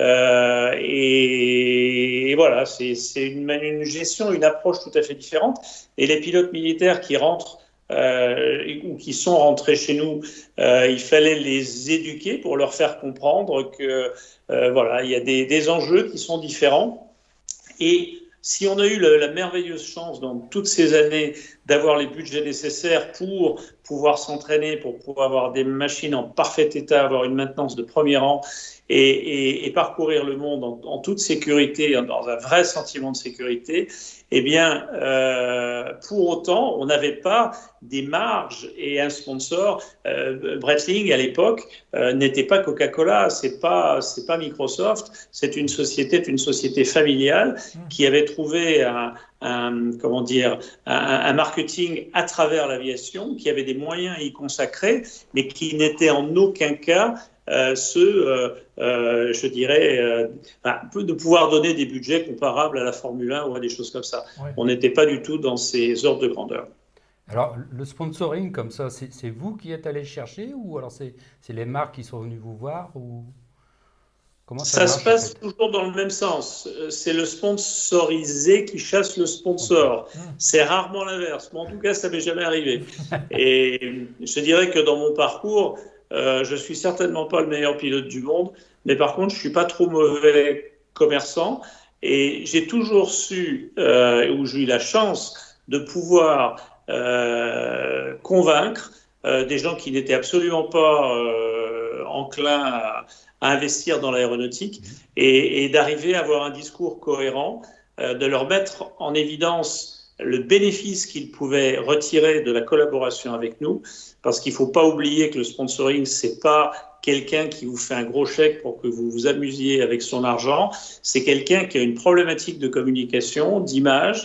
Et voilà, c'est une gestion, une approche tout à fait différente. Et les pilotes militaires qui rentrent ou qui sont rentrés chez nous, il fallait les éduquer pour leur faire comprendre que voilà, il y a des enjeux qui sont différents. Et si on a eu la merveilleuse chance dans toutes ces années d'avoir les budgets nécessaires pour pouvoir s'entraîner, pour pouvoir avoir des machines en parfait état, avoir une maintenance de premier rang et parcourir le monde en toute sécurité, dans un vrai sentiment de sécurité, eh bien, pour autant, on n'avait pas des marges et un sponsor. Breitling, à l'époque, n'était pas Coca-Cola, c'est pas Microsoft, c'est une société familiale qui avait trouvé un marketing à travers l'aviation, qui avait des moyens à y consacrer, mais qui n'était en aucun cas je dirais, de pouvoir donner des budgets comparables à la Formule 1 ou à des choses comme ça. Ouais. On n'était pas du tout dans ces ordres de grandeur. Alors, le sponsoring comme ça, c'est vous qui êtes allé chercher ou alors c'est les marques qui sont venues vous voir ou... Ça se passe toujours dans le même sens. C'est le sponsorisé qui chasse le sponsor. C'est rarement l'inverse. Mais en tout cas, ça m'est jamais arrivé. Et je dirais que dans mon parcours, je suis certainement pas le meilleur pilote du monde, mais par contre, je suis pas trop mauvais commerçant. Et j'ai toujours su, ou j'ai eu la chance de pouvoir convaincre des gens qui n'étaient absolument pas enclins à investir dans l'aéronautique et d'arriver à avoir un discours cohérent, de leur mettre en évidence le bénéfice qu'ils pouvaient retirer de la collaboration avec nous, parce qu'il ne faut pas oublier que le sponsoring, ce n'est pas quelqu'un qui vous fait un gros chèque pour que vous vous amusiez avec son argent, c'est quelqu'un qui a une problématique de communication, d'image,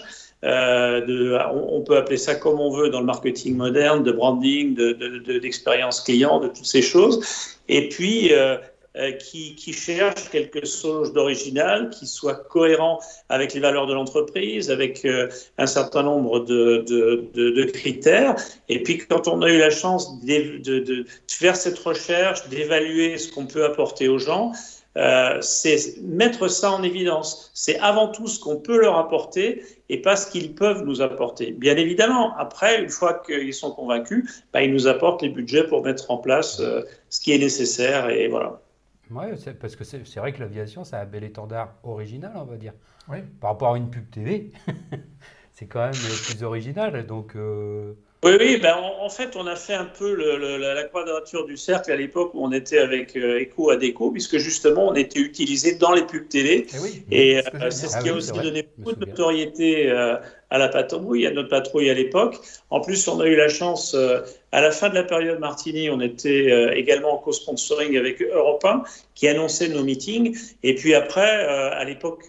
on peut appeler ça comme on veut dans le marketing moderne, de branding, d'expérience client, de toutes ces choses, et puis qui cherche quelque chose d'original, qui soit cohérent avec les valeurs de l'entreprise, avec un certain nombre de critères. Et puis quand on a eu la chance de faire cette recherche, d'évaluer ce qu'on peut apporter aux gens, c'est mettre ça en évidence. C'est avant tout ce qu'on peut leur apporter et pas ce qu'ils peuvent nous apporter. Bien évidemment, après, une fois qu'ils sont convaincus, ils nous apportent les budgets pour mettre en place ce qui est nécessaire et voilà. Oui, parce que c'est vrai que l'aviation, ça a un bel étendard original, on va dire. Oui. Par rapport à une pub TV, c'est quand même plus original. Donc, Oui, en fait, on a fait un peu la quadrature du cercle à l'époque où on était avec Eco Adecco, puisque justement, on était utilisé dans les pubs télé. Et c'est ce qui a aussi donné beaucoup de notoriété à la patrouille, à notre patrouille à l'époque. En plus, on a eu la chance, à la fin de la période Martini, on était également en co-sponsoring avec Europe 1, qui annonçait nos meetings. Et puis après, à l'époque,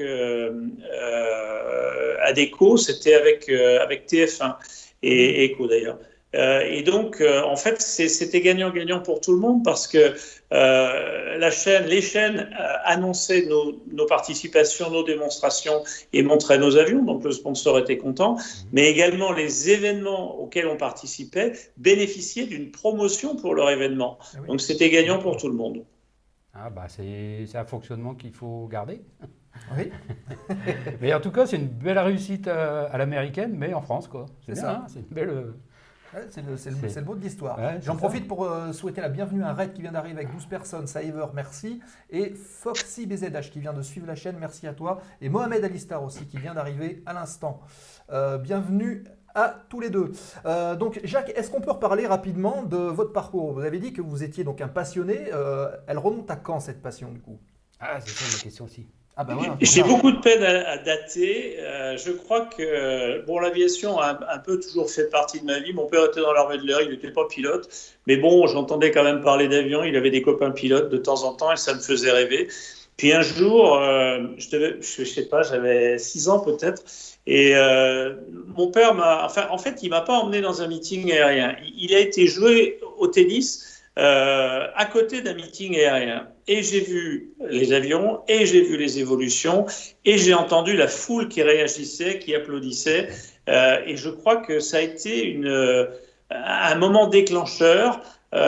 Adecco, c'était avec TF1. Et Eco d'ailleurs. Et donc, en fait, c'était gagnant-gagnant pour tout le monde parce que les chaînes annonçaient nos participations, nos démonstrations et montraient nos avions, donc le sponsor était content, mais également les événements auxquels on participait bénéficiaient d'une promotion pour leur événement. Donc, c'était gagnant pour tout le monde. Ah c'est un fonctionnement qu'il faut garder. Oui. Mais en tout cas, c'est une belle réussite à l'américaine, mais en France, quoi. C'est bien, ça. C'est une belle. C'est le beau de l'histoire. Ouais, j'en profite pour souhaiter la bienvenue à Red qui vient d'arriver avec 12 personnes, Saver, merci. Et Foxy BZH qui vient de suivre la chaîne, merci à toi. Et Mohamed Alistar aussi qui vient d'arriver à l'instant. Bienvenue à tous les deux. Donc Jacques, est-ce qu'on peut reparler rapidement de votre parcours? Vous avez dit que vous étiez donc un passionné. Elle remonte à quand cette passion du coup? Ah, c'est ça ma question aussi. Voilà, j'ai beaucoup de peine à dater. Je crois que l'aviation a un peu toujours fait partie de ma vie. Mon père était dans l'armée de l'air, il n'était pas pilote. Mais bon, j'entendais quand même parler d'avion. Il avait des copains pilotes de temps en temps et ça me faisait rêver. Puis un jour, je sais pas, j'avais 6 ans peut-être. Et mon père il m'a pas emmené dans un meeting aérien. Il a été joué au tennis à côté d'un meeting aérien. Et j'ai vu les avions, et j'ai vu les évolutions, et j'ai entendu la foule qui réagissait, qui applaudissait. Et je crois que ça a été un moment déclencheur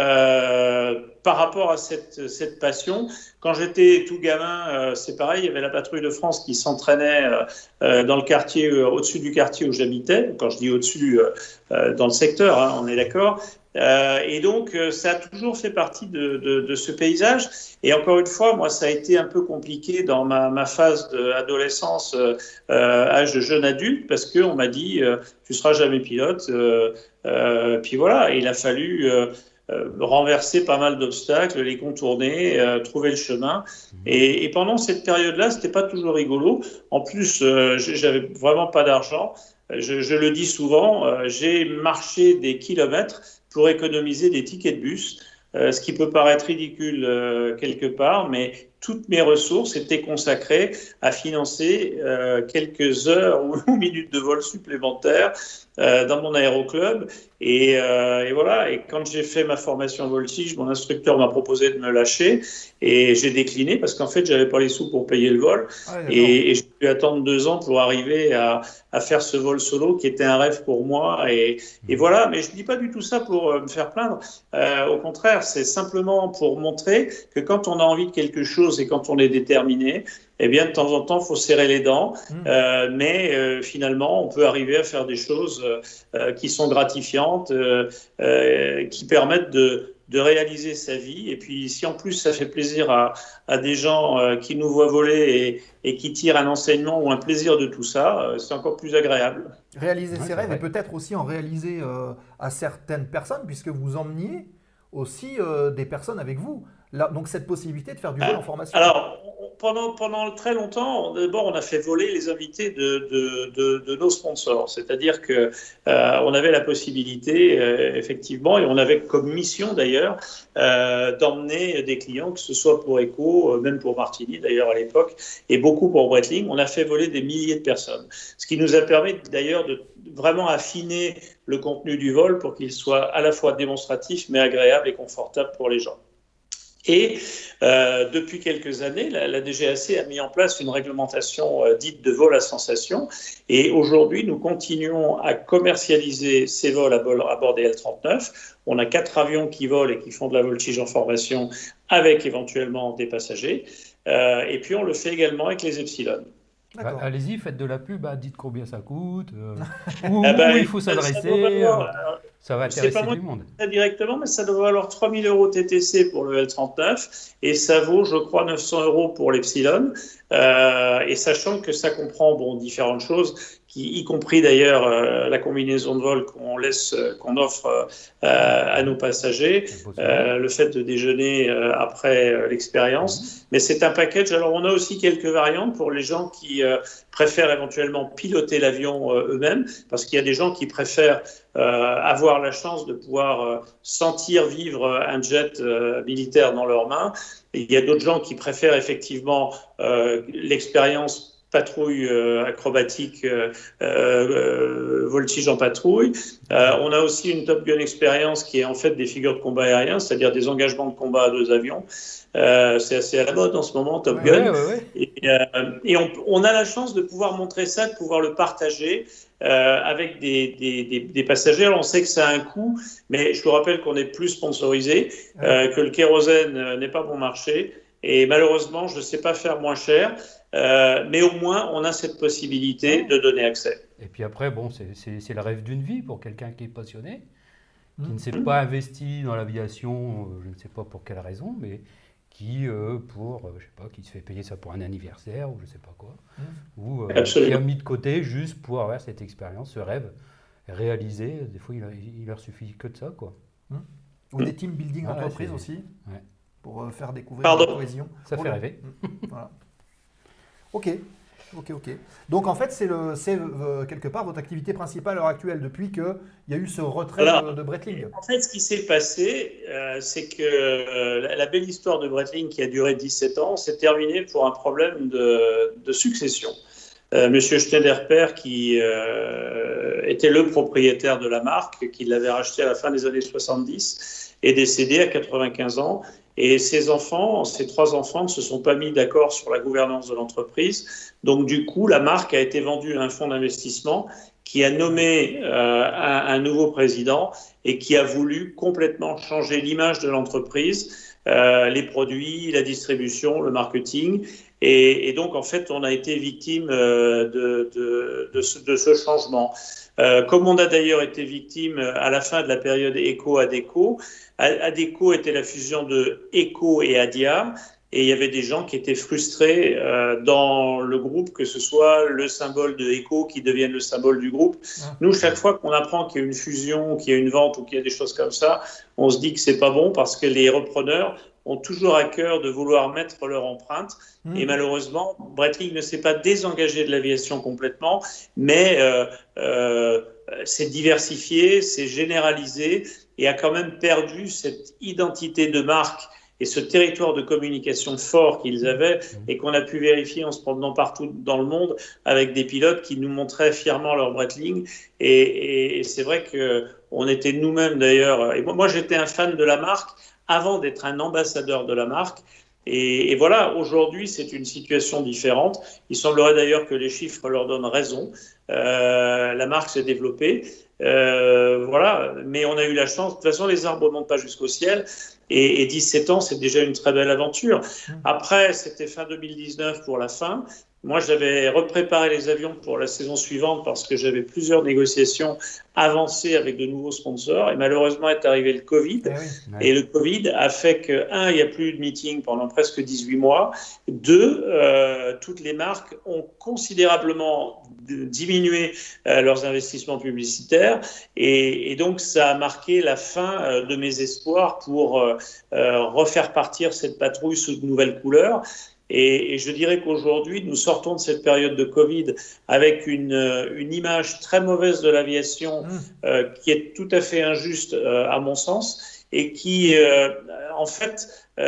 par rapport à cette passion. Quand j'étais tout gamin, c'est pareil, il y avait la patrouille de France qui s'entraînait dans le quartier, au-dessus du quartier où j'habitais. Quand je dis au-dessus, dans le secteur, on est d'accord. Et donc, ça a toujours fait partie de ce paysage. Et encore une fois, moi, ça a été un peu compliqué dans ma phase d'adolescence, âge de jeune adulte, parce qu'on m'a dit tu ne seras jamais pilote. Puis voilà, il a fallu renverser pas mal d'obstacles, les contourner, trouver le chemin. Et pendant cette période-là, c'était pas toujours rigolo. En plus, j'avais vraiment pas d'argent. Je le dis souvent, j'ai marché des kilomètres pour économiser des tickets de bus, ce qui peut paraître ridicule quelque part, mais toutes mes ressources étaient consacrées à financer quelques heures ou minutes de vol supplémentaires dans mon aéroclub. Et voilà. Et quand j'ai fait ma formation voltige, mon instructeur m'a proposé de me lâcher et j'ai décliné parce qu'en fait, j'avais pas les sous pour payer le vol. Et j'ai dû attendre 2 ans pour arriver à faire ce vol solo qui était un rêve pour moi. Et voilà. Mais je dis pas du tout ça pour me faire plaindre. Au contraire, c'est simplement pour montrer que quand on a envie de quelque chose, chose et quand on est déterminé, eh bien, de temps en temps, il faut serrer les dents. Mais finalement, on peut arriver à faire des choses qui sont gratifiantes, qui permettent de réaliser sa vie. Et puis, si en plus, ça fait plaisir à des gens qui nous voient voler et qui tirent un enseignement ou un plaisir de tout ça, c'est encore plus agréable. Réaliser ses rêves et peut-être aussi en réaliser à certaines personnes, puisque vous emmeniez aussi des personnes avec vous. Là, donc cette possibilité de faire du vol en formation. Alors, pendant très longtemps, d'abord, on a fait voler les invités de nos sponsors. C'est-à-dire qu'on avait la possibilité, effectivement, et on avait comme mission d'ailleurs, d'emmener des clients, que ce soit pour Echo, même pour Martini d'ailleurs à l'époque, et beaucoup pour Breitling. On a fait voler des milliers de personnes. Ce qui nous a permis d'ailleurs de vraiment affiner le contenu du vol pour qu'il soit à la fois démonstratif, mais agréable et confortable pour les gens. Et depuis quelques années, la DGAC a mis en place une réglementation dite de vol à sensation. Et aujourd'hui, nous continuons à commercialiser ces vols à bord des L-39. On a 4 avions qui volent et qui font de la voltige en formation avec éventuellement des passagers. Et puis, on le fait également avec les Epsilon. Allez-y, faites de la pub, dites combien ça coûte, où il faut s'adresser. Ça va intéresser du monde. Pas directement, mais ça doit valoir 3 000 € TTC pour le L39 et ça vaut, je crois, 900 € pour l'Epsilon. Et sachant que ça comprend différentes choses, y compris d'ailleurs la combinaison de vol qu'on offre à nos passagers, le fait de déjeuner après l'expérience. Mais c'est un package. Alors on a aussi quelques variantes pour les gens qui préfèrent éventuellement piloter l'avion eux-mêmes, parce qu'il y a des gens qui préfèrent avoir la chance de pouvoir sentir vivre un jet militaire dans leurs mains. Et il y a d'autres gens qui préfèrent effectivement l'expérience patrouille acrobatique, voltige en patrouille. On a aussi une Top Gun Experience qui est en fait des figures de combat aérien, c'est-à-dire des engagements de combat à 2 avions. C'est assez à la mode en ce moment, Top Gun. Et on a la chance de pouvoir montrer ça, de pouvoir le partager avec des passagers. Alors on sait que ça a un coût, mais je vous rappelle qu'on est plus sponsorisé, que le kérosène n'est pas bon marché. Et malheureusement, je ne sais pas faire moins cher, mais au moins, on a cette possibilité de donner accès. Et puis après, c'est le rêve d'une vie pour quelqu'un qui est passionné, qui ne s'est pas investi dans l'aviation, je ne sais pas pour quelle raison, mais qui, qui se fait payer ça pour un anniversaire ou je ne sais pas quoi, ou qui a mis de côté juste pour avoir cette expérience, ce rêve réalisé. Des fois, il leur suffit que de ça, quoi. Ou des team building entreprises aussi. Pour faire découvrir la cohésion. Ça fait rêver. Voilà. Ok. Donc en fait, c'est quelque part votre activité principale à l'heure actuelle, depuis qu'il y a eu ce retrait de Breitling. En fait, ce qui s'est passé, c'est que la belle histoire de Breitling, qui a duré 17 ans, s'est terminée pour un problème de succession. Monsieur Schneider-Père, qui était le propriétaire de la marque, qui l'avait rachetée à la fin des années 70, est décédé à 95 ans. Et ses 3 enfants ne se sont pas mis d'accord sur la gouvernance de l'entreprise. Donc du coup, la marque a été vendue à un fonds d'investissement qui a nommé un nouveau président et qui a voulu complètement changer l'image de l'entreprise, les produits, la distribution, le marketing. Et donc, en fait, on a été victime de ce changement. Comme on a d'ailleurs été victime à la fin de la période Echo-Adecco. Adecco était la fusion de Echo et Adia, et il y avait des gens qui étaient frustrés dans le groupe, que ce soit le symbole de Echo qui devienne le symbole du groupe. Nous, chaque fois qu'on apprend qu'il y a une fusion, qu'il y a une vente ou qu'il y a des choses comme ça, on se dit que c'est pas bon parce que les repreneurs ont toujours à cœur de vouloir mettre leur empreinte. Et malheureusement, Breitling ne s'est pas désengagé de l'aviation complètement, mais s'est diversifié, s'est généralisé et a quand même perdu cette identité de marque et ce territoire de communication fort qu'ils avaient et qu'on a pu vérifier en se promenant partout dans le monde avec des pilotes qui nous montraient fièrement leur Breitling. Et c'est vrai qu'on était nous-mêmes d'ailleurs, et moi j'étais un fan de la marque avant d'être un ambassadeur de la marque. Et voilà, aujourd'hui, c'est une situation différente. Il semblerait d'ailleurs que les chiffres leur donnent raison. La marque s'est développée. Voilà, mais on a eu la chance. De toute façon, les arbres ne montent pas jusqu'au ciel. Et 17 ans, c'est déjà une très belle aventure. Après, c'était fin 2019 pour la fin. Moi, j'avais repréparé les avions pour la saison suivante parce que j'avais plusieurs négociations avancées avec de nouveaux sponsors. Et malheureusement, est arrivé le Covid. Et le Covid a fait que, un, il n'y a plus de meeting pendant presque 18 mois. Deux, toutes les marques ont considérablement diminué leurs investissements publicitaires. Et donc, ça a marqué la fin de mes espoirs pour refaire partir cette patrouille sous de nouvelles couleurs. Et je dirais qu'aujourd'hui, nous sortons de cette période de Covid avec une image très mauvaise de l'aviation qui est tout à fait injuste à mon sens et qui, en fait,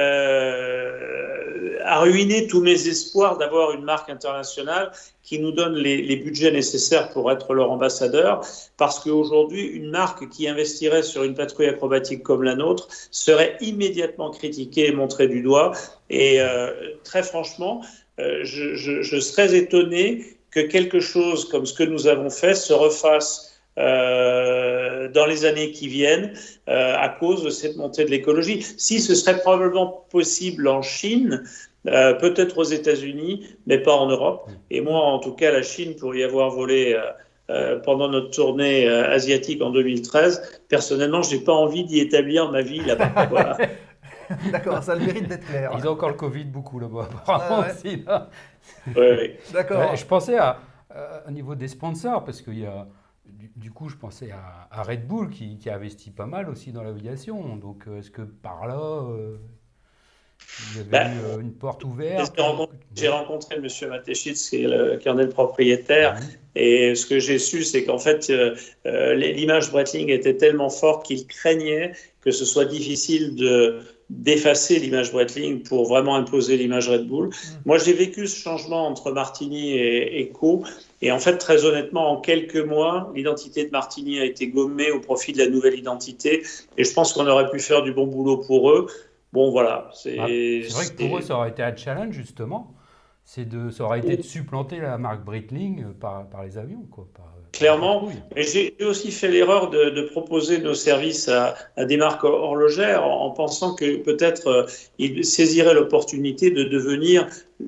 a ruiné tous mes espoirs d'avoir une marque internationale qui nous donne les budgets nécessaires pour être leur ambassadeur, parce qu'aujourd'hui, une marque qui investirait sur une patrouille acrobatique comme la nôtre serait immédiatement critiquée et montrée du doigt. Et très franchement, je serais étonné que quelque chose comme ce que nous avons fait se refasse dans les années qui viennent à cause de cette montée de l'écologie. Si ce serait probablement possible en Chine, peut-être aux États-Unis, mais pas en Europe. Et moi, en tout cas, la Chine, pour y avoir volé pendant notre tournée asiatique en 2013, personnellement, je n'ai pas envie d'y établir ma vie là-bas. Voilà. D'accord, ça a le mérite d'être clair. Ils ont encore le Covid beaucoup là-bas, apparemment aussi. Là. Oui. D'accord. Je pensais au niveau des sponsors, parce qu'il y a... Du coup, je pensais à Red Bull qui investit pas mal aussi dans l'aviation. Donc, est-ce que par là, il y avait une porte ouverte? J'ai rencontré M. Mateschitz, qui en est le propriétaire. Et ce que j'ai su, c'est qu'en fait, l'image Breitling était tellement forte qu'il craignait que ce soit difficile d'effacer l'image Breitling pour vraiment imposer l'image Red Bull. Moi, j'ai vécu ce changement entre Martini et Co. Et en fait, très honnêtement, en quelques mois, l'identité de Martini a été gommée au profit de la nouvelle identité. Et je pense qu'on aurait pu faire du bon boulot pour eux. Bon, voilà. C'est vrai que pour eux, ça aurait été un challenge, justement. Ça aurait été de supplanter la marque Breitling par les avions, quoi. Clairement. Et j'ai aussi fait l'erreur de proposer nos services à des marques horlogères en pensant que peut-être ils saisiraient l'opportunité de devenir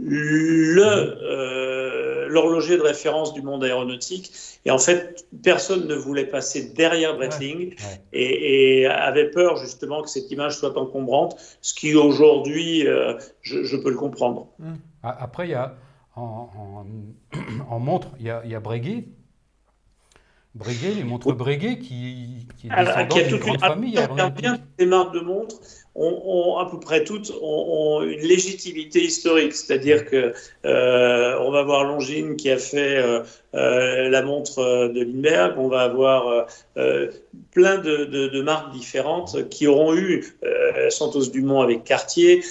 l'horloger de référence du monde aéronautique. Et en fait, personne ne voulait passer derrière Breitling et avait peur justement que cette image soit encombrante, ce qui aujourd'hui, je peux le comprendre. Après, il y a en montre, il y a Breguet. Breguet, les montres Breguet qui est descendant d'une grande famille aéronautique. Les marques de montres ont à peu près toutes ont une légitimité historique, c'est-à-dire que on va avoir Longines qui a fait la montre de Lindbergh, on va avoir plein de marques différentes qui auront eu Santos Dumont avec Cartier.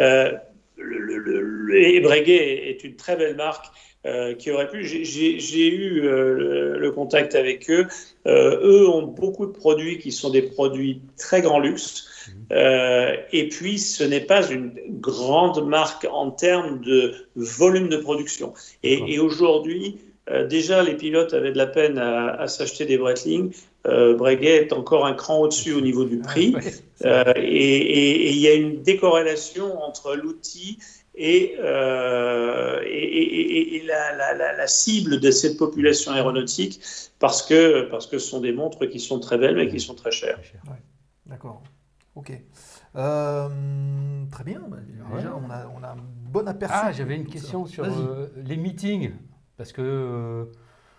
Et Breguet est une très belle marque qui aurait pu. J'ai eu le contact avec eux. Eux ont beaucoup de produits qui sont des produits très grand luxe. Et puis, ce n'est pas une grande marque en termes de volume de production. Et aujourd'hui, déjà, les pilotes avaient de la peine à s'acheter des Breitling. Breguet est encore un cran au-dessus au niveau du prix. Et il y a une décorrélation entre l'outil et la cible de cette population aéronautique parce que ce sont des montres qui sont très belles mais qui sont très chères. Ouais, d'accord, ok. Très bien, déjà on a un bon aperçu. Ah, j'avais une question sur les meetings, parce que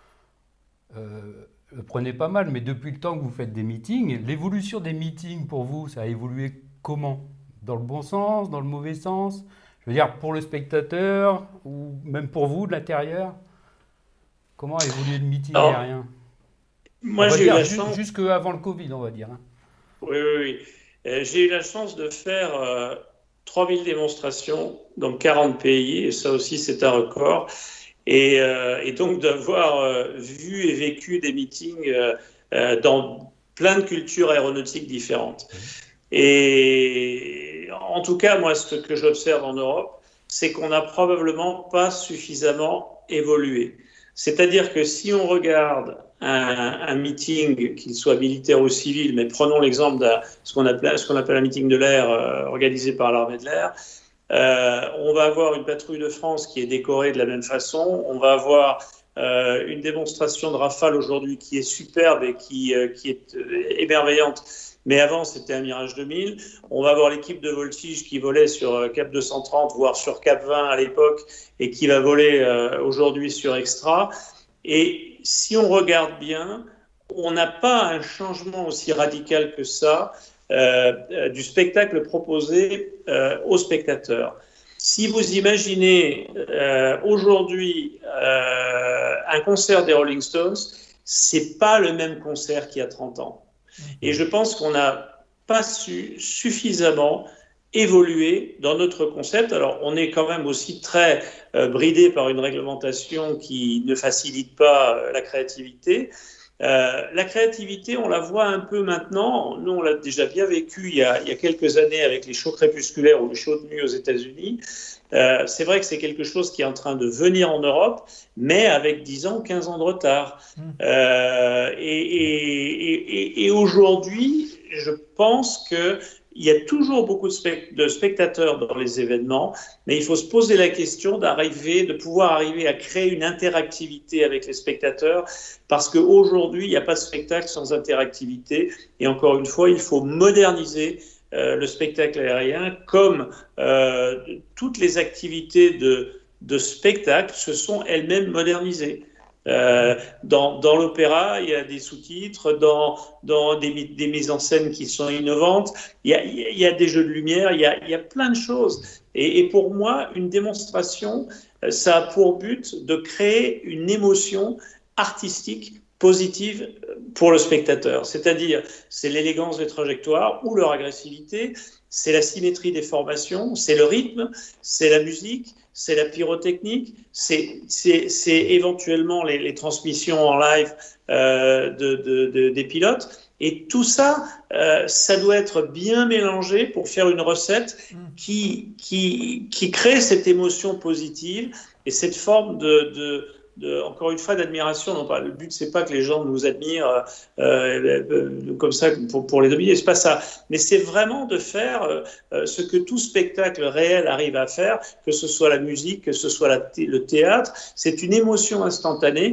prenez pas mal, mais depuis le temps que vous faites des meetings, l'évolution des meetings pour vous, ça a évolué comment? Dans le bon sens, dans le mauvais sens? Je veux dire, pour le spectateur, ou même pour vous, de l'intérieur, comment a évolué le meeting aérien? Moi, j'ai eu la chance... Jusqu'avant le Covid, on va dire. Oui. J'ai eu la chance de faire 3000 démonstrations dans 40 pays, et ça aussi, c'est un record. Et donc, d'avoir vu et vécu des meetings dans plein de cultures aéronautiques différentes. Et en tout cas, moi, ce que j'observe en Europe, c'est qu'on n'a probablement pas suffisamment évolué. C'est-à-dire que si on regarde un meeting, qu'il soit militaire ou civil, mais prenons l'exemple de ce qu'on appelle un meeting de l'air organisé par l'armée de l'air, on va avoir une patrouille de France qui est décorée de la même façon, on va avoir une démonstration de Rafale aujourd'hui qui est superbe et qui est émerveillante. Mais avant, c'était un Mirage 2000. On va avoir l'équipe de voltige qui volait sur Cap 230, voire sur Cap 20 à l'époque, et qui va voler aujourd'hui sur Extra. Et si on regarde bien, on n'a pas un changement aussi radical que ça du spectacle proposé aux spectateurs. Si vous imaginez aujourd'hui un concert des Rolling Stones, c'est pas le même concert qu'il y a 30 ans. Et je pense qu'on n'a pas su suffisamment évoluer dans notre concept. Alors, on est quand même aussi très bridé par une réglementation qui ne facilite pas la créativité. La créativité, on la voit un peu maintenant. Nous, on l'a déjà bien vécu il y a quelques années avec les shows crépusculaires ou les shows de nuit aux États-Unis. C'est vrai que c'est quelque chose qui est en train de venir en Europe, mais avec 10 ans, 15 ans de retard. Et aujourd'hui, je pense qu'il y a toujours beaucoup de spectateurs dans les événements, mais il faut se poser la question de pouvoir arriver à créer une interactivité avec les spectateurs, parce qu'aujourd'hui, il n'y a pas de spectacle sans interactivité. Et encore une fois, il faut moderniser le spectacle aérien, comme toutes les activités de spectacle se sont elles-mêmes modernisées. Dans l'opéra, il y a des sous-titres, dans des mises en scène qui sont innovantes, il y a des jeux de lumière, il y a plein de choses. Et pour moi, une démonstration, ça a pour but de créer une émotion artistique positive pour le spectateur. C'est-à-dire, c'est l'élégance des trajectoires ou leur agressivité, c'est la symétrie des formations, c'est le rythme, c'est la musique, c'est la pyrotechnique, c'est éventuellement les transmissions en live des pilotes. Et tout ça, ça doit être bien mélangé pour faire une recette qui crée cette émotion positive et cette forme encore une fois, d'admiration. Non, le but, c'est pas que les gens nous admirent comme ça pour les dominer, c'est pas ça. Mais c'est vraiment de faire ce que tout spectacle réel arrive à faire, que ce soit la musique, que ce soit le théâtre. C'est une émotion instantanée.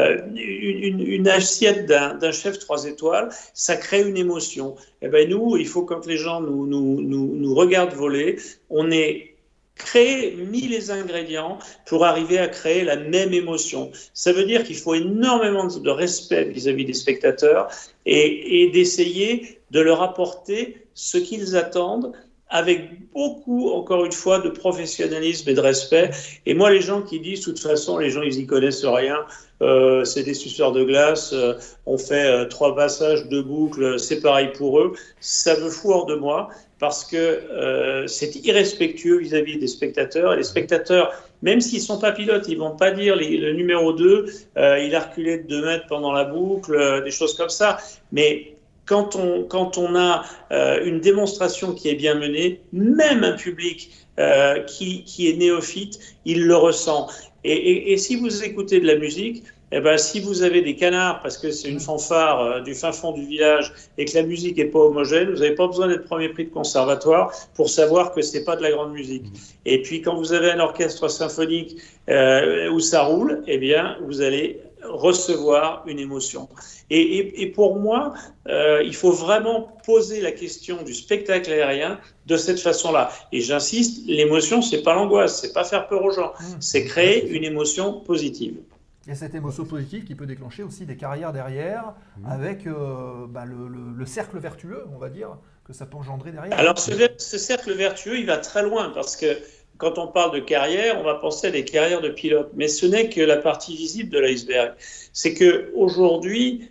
Une assiette d'un chef 3 étoiles, ça crée une émotion. Et ben nous, il faut, quand les gens nous regardent voler, on est mis les ingrédients pour arriver à créer la même émotion. Ça veut dire qu'il faut énormément de respect vis-à-vis des spectateurs et d'essayer de leur apporter ce qu'ils attendent avec beaucoup, encore une fois, de professionnalisme et de respect. Et moi, les gens qui disent, de toute façon, les gens, ils y connaissent rien, c'est des suceurs de glace, on fait 3 passages, 2 boucles, c'est pareil pour eux, ça me fout hors de moi, parce que c'est irrespectueux vis-à-vis des spectateurs. Et les spectateurs, même s'ils ne sont pas pilotes, ils ne vont pas dire le numéro 2, il a reculé de 2 mètres pendant la boucle, des choses comme ça. Mais quand on a une démonstration qui est bien menée, même un public qui est néophyte, il le ressent. Et si vous écoutez de la musique, eh ben, si vous avez des canards, parce que c'est une fanfare du fin fond du village et que la musique n'est pas homogène, vous n'avez pas besoin d'être premier prix de conservatoire pour savoir que ce n'est pas de la grande musique. Et puis quand vous avez un orchestre symphonique où ça roule, eh bien, vous allez recevoir une émotion. Et pour moi, il faut vraiment poser la question du spectacle aérien de cette façon-là. Et j'insiste, l'émotion, c'est pas l'angoisse, c'est pas faire peur aux gens, c'est créer une émotion positive. Et cette émotion positive qui peut déclencher aussi des carrières derrière, avec le cercle vertueux, on va dire, que ça peut engendrer derrière. Alors ce cercle vertueux, il va très loin, parce que quand on parle de carrière, on va penser à des carrières de pilotes. Mais ce n'est que la partie visible de l'iceberg. C'est qu'aujourd'hui,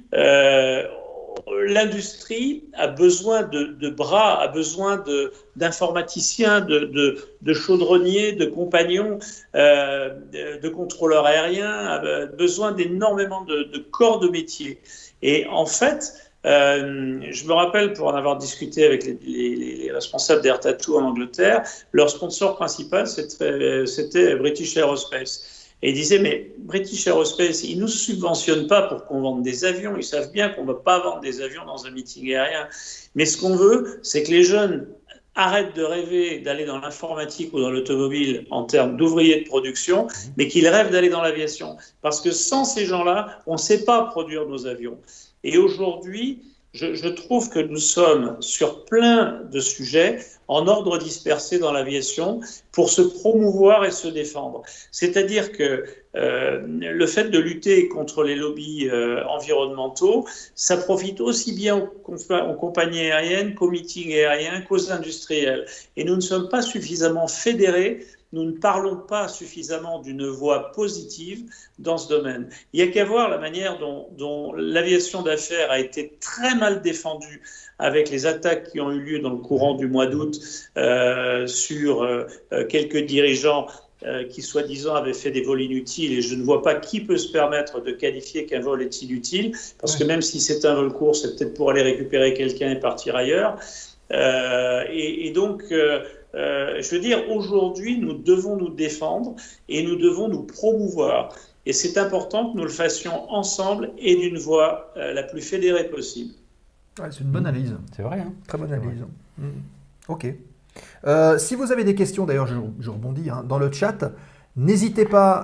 l'industrie a besoin de bras, a besoin d'informaticiens, de chaudronniers, de compagnons, de contrôleurs aériens, a besoin d'énormément de corps de métier. Et en fait, Je me rappelle, pour en avoir discuté avec les responsables d'Air Tattoo en Angleterre, leur sponsor principal, c'était British Aerospace. Et ils disaient, mais British Aerospace, ils ne nous subventionnent pas pour qu'on vende des avions. Ils savent bien qu'on ne va pas vendre des avions dans un meeting aérien. Mais ce qu'on veut, c'est que les jeunes arrêtent de rêver d'aller dans l'informatique ou dans l'automobile en termes d'ouvriers de production, mais qu'ils rêvent d'aller dans l'aviation. Parce que sans ces gens-là, on ne sait pas produire nos avions. Et aujourd'hui, je trouve que nous sommes sur plein de sujets en ordre dispersé dans l'aviation pour se promouvoir et se défendre. C'est-à-dire que le fait de lutter contre les lobbies environnementaux, ça profite aussi bien aux compagnies aériennes qu'aux meetings aériens, qu'aux industriels. Et nous ne sommes pas suffisamment fédérés. Nous ne parlons pas suffisamment d'une voix positive dans ce domaine. Il n'y a qu'à voir la manière dont l'aviation d'affaires a été très mal défendue avec les attaques qui ont eu lieu dans le courant du mois d'août sur quelques dirigeants qui, soi-disant, avaient fait des vols inutiles. Et je ne vois pas qui peut se permettre de qualifier qu'un vol est inutile, parce que même si c'est un vol court, c'est peut-être pour aller récupérer quelqu'un et partir ailleurs. Donc... je veux dire, aujourd'hui, nous devons nous défendre et nous devons nous promouvoir. Et c'est important que nous le fassions ensemble et d'une voix la plus fédérée possible. Ouais, c'est une bonne analyse. C'est vrai. Hein, très bonne analyse. Ok. Si vous avez des questions, d'ailleurs, je rebondis dans le chat, n'hésitez pas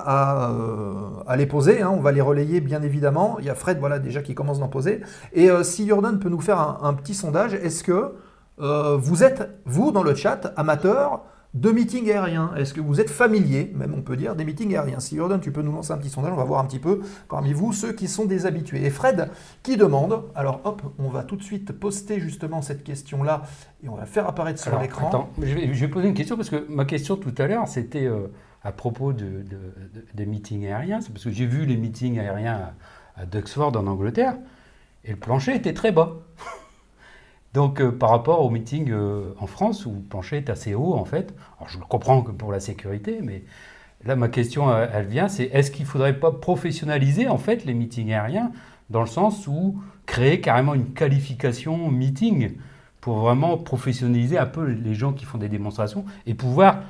à les poser. On va les relayer, bien évidemment. Il y a Fred, voilà, déjà qui commence d'en poser. Et si Jordan peut nous faire un petit sondage, est-ce que vous êtes, vous, dans le chat, amateur de meetings aériens? Est-ce que vous êtes familier, même on peut dire, des meetings aériens? Si Jordan, tu peux nous lancer un petit sondage, on va voir un petit peu parmi vous ceux qui sont des habitués. Et Fred qui demande, alors hop, on va tout de suite poster justement cette question-là et on va faire apparaître sur l'écran. Attends, je vais poser une question parce que ma question tout à l'heure, c'était à propos des meetings aériens. C'est parce que j'ai vu les meetings aériens à Duxford en Angleterre et le plancher était très bas. Donc, par rapport au meeting en France, où le plancher est assez haut, en fait, alors je le comprends que pour la sécurité, mais là, ma question, elle vient, c'est est-ce qu'il ne faudrait pas professionnaliser, en fait, les meetings aériens, dans le sens où créer carrément une qualification meeting pour vraiment professionnaliser un peu les gens qui font des démonstrations et pouvoir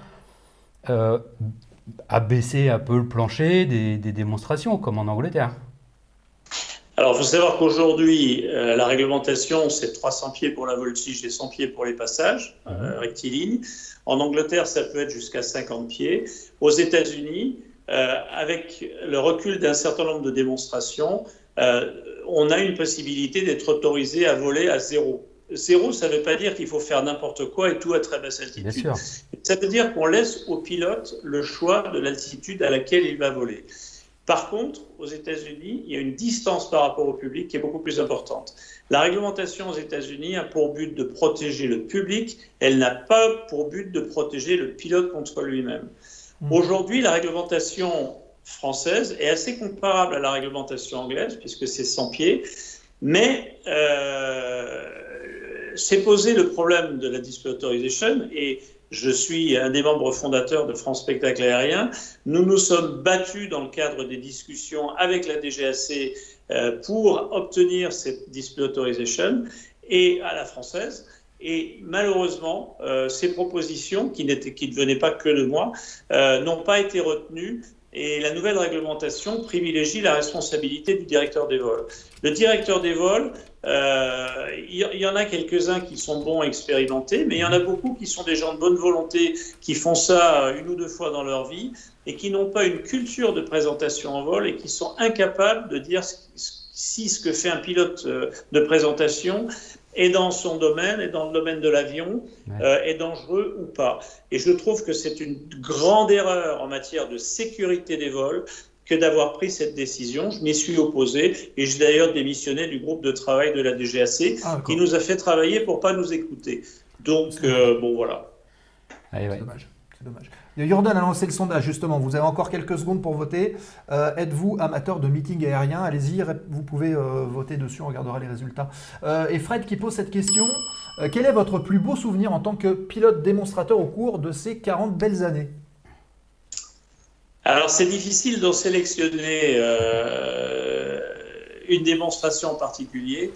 abaisser un peu le plancher des démonstrations, comme en Angleterre? Alors, il faut savoir qu'aujourd'hui, la réglementation, c'est 300 pieds pour la voltige et 100 pieds pour les passages rectilignes. En Angleterre, ça peut être jusqu'à 50 pieds. Aux États-Unis, avec le recul d'un certain nombre de démonstrations, on a une possibilité d'être autorisé à voler à zéro. Zéro, ça ne veut pas dire qu'il faut faire n'importe quoi et tout à très basse altitude. Bien sûr. Ça veut dire qu'on laisse au pilote le choix de l'altitude à laquelle il va voler. Par contre, aux États-Unis, il y a une distance par rapport au public qui est beaucoup plus importante. La réglementation aux États-Unis a pour but de protéger le public, elle n'a pas pour but de protéger le pilote contre lui-même. Aujourd'hui, la réglementation française est assez comparable à la réglementation anglaise, puisque c'est 100 pieds, mais s'est posé le problème de la display authorization et je suis un des membres fondateurs de France Spectacle Aérien. Nous nous sommes battus dans le cadre des discussions avec la DGAC pour obtenir cette display authorization et à la française. Et malheureusement, ces propositions, qui ne venaient pas que de moi, n'ont pas été retenues. Et la nouvelle réglementation privilégie la responsabilité du directeur des vols. Le directeur des vols, il y en a quelques-uns qui sont bons à expérimenter, mais il y en a beaucoup qui sont des gens de bonne volonté, qui font ça une ou deux fois dans leur vie et qui n'ont pas une culture de présentation en vol et qui sont incapables de dire si ce que fait un pilote de présentation est dans son domaine, et dans le domaine de l'avion, est dangereux ou pas. Et je trouve que c'est une grande erreur en matière de sécurité des vols que d'avoir pris cette décision. Je m'y suis opposé et j'ai d'ailleurs démissionné du groupe de travail de la DGAC qui nous a fait travailler pour ne pas nous écouter. Donc, bon, voilà. C'est dommage. C'est dommage. Jordan a lancé le sondage, justement. Vous avez encore quelques secondes pour voter. Êtes-vous amateur de meeting aérien? Allez-y, vous pouvez voter dessus, on regardera les résultats. Et Fred qui pose cette question. Quel est votre plus beau souvenir en tant que pilote démonstrateur au cours de ces 40 belles années? Alors, c'est difficile d'en sélectionner une démonstration en particulier.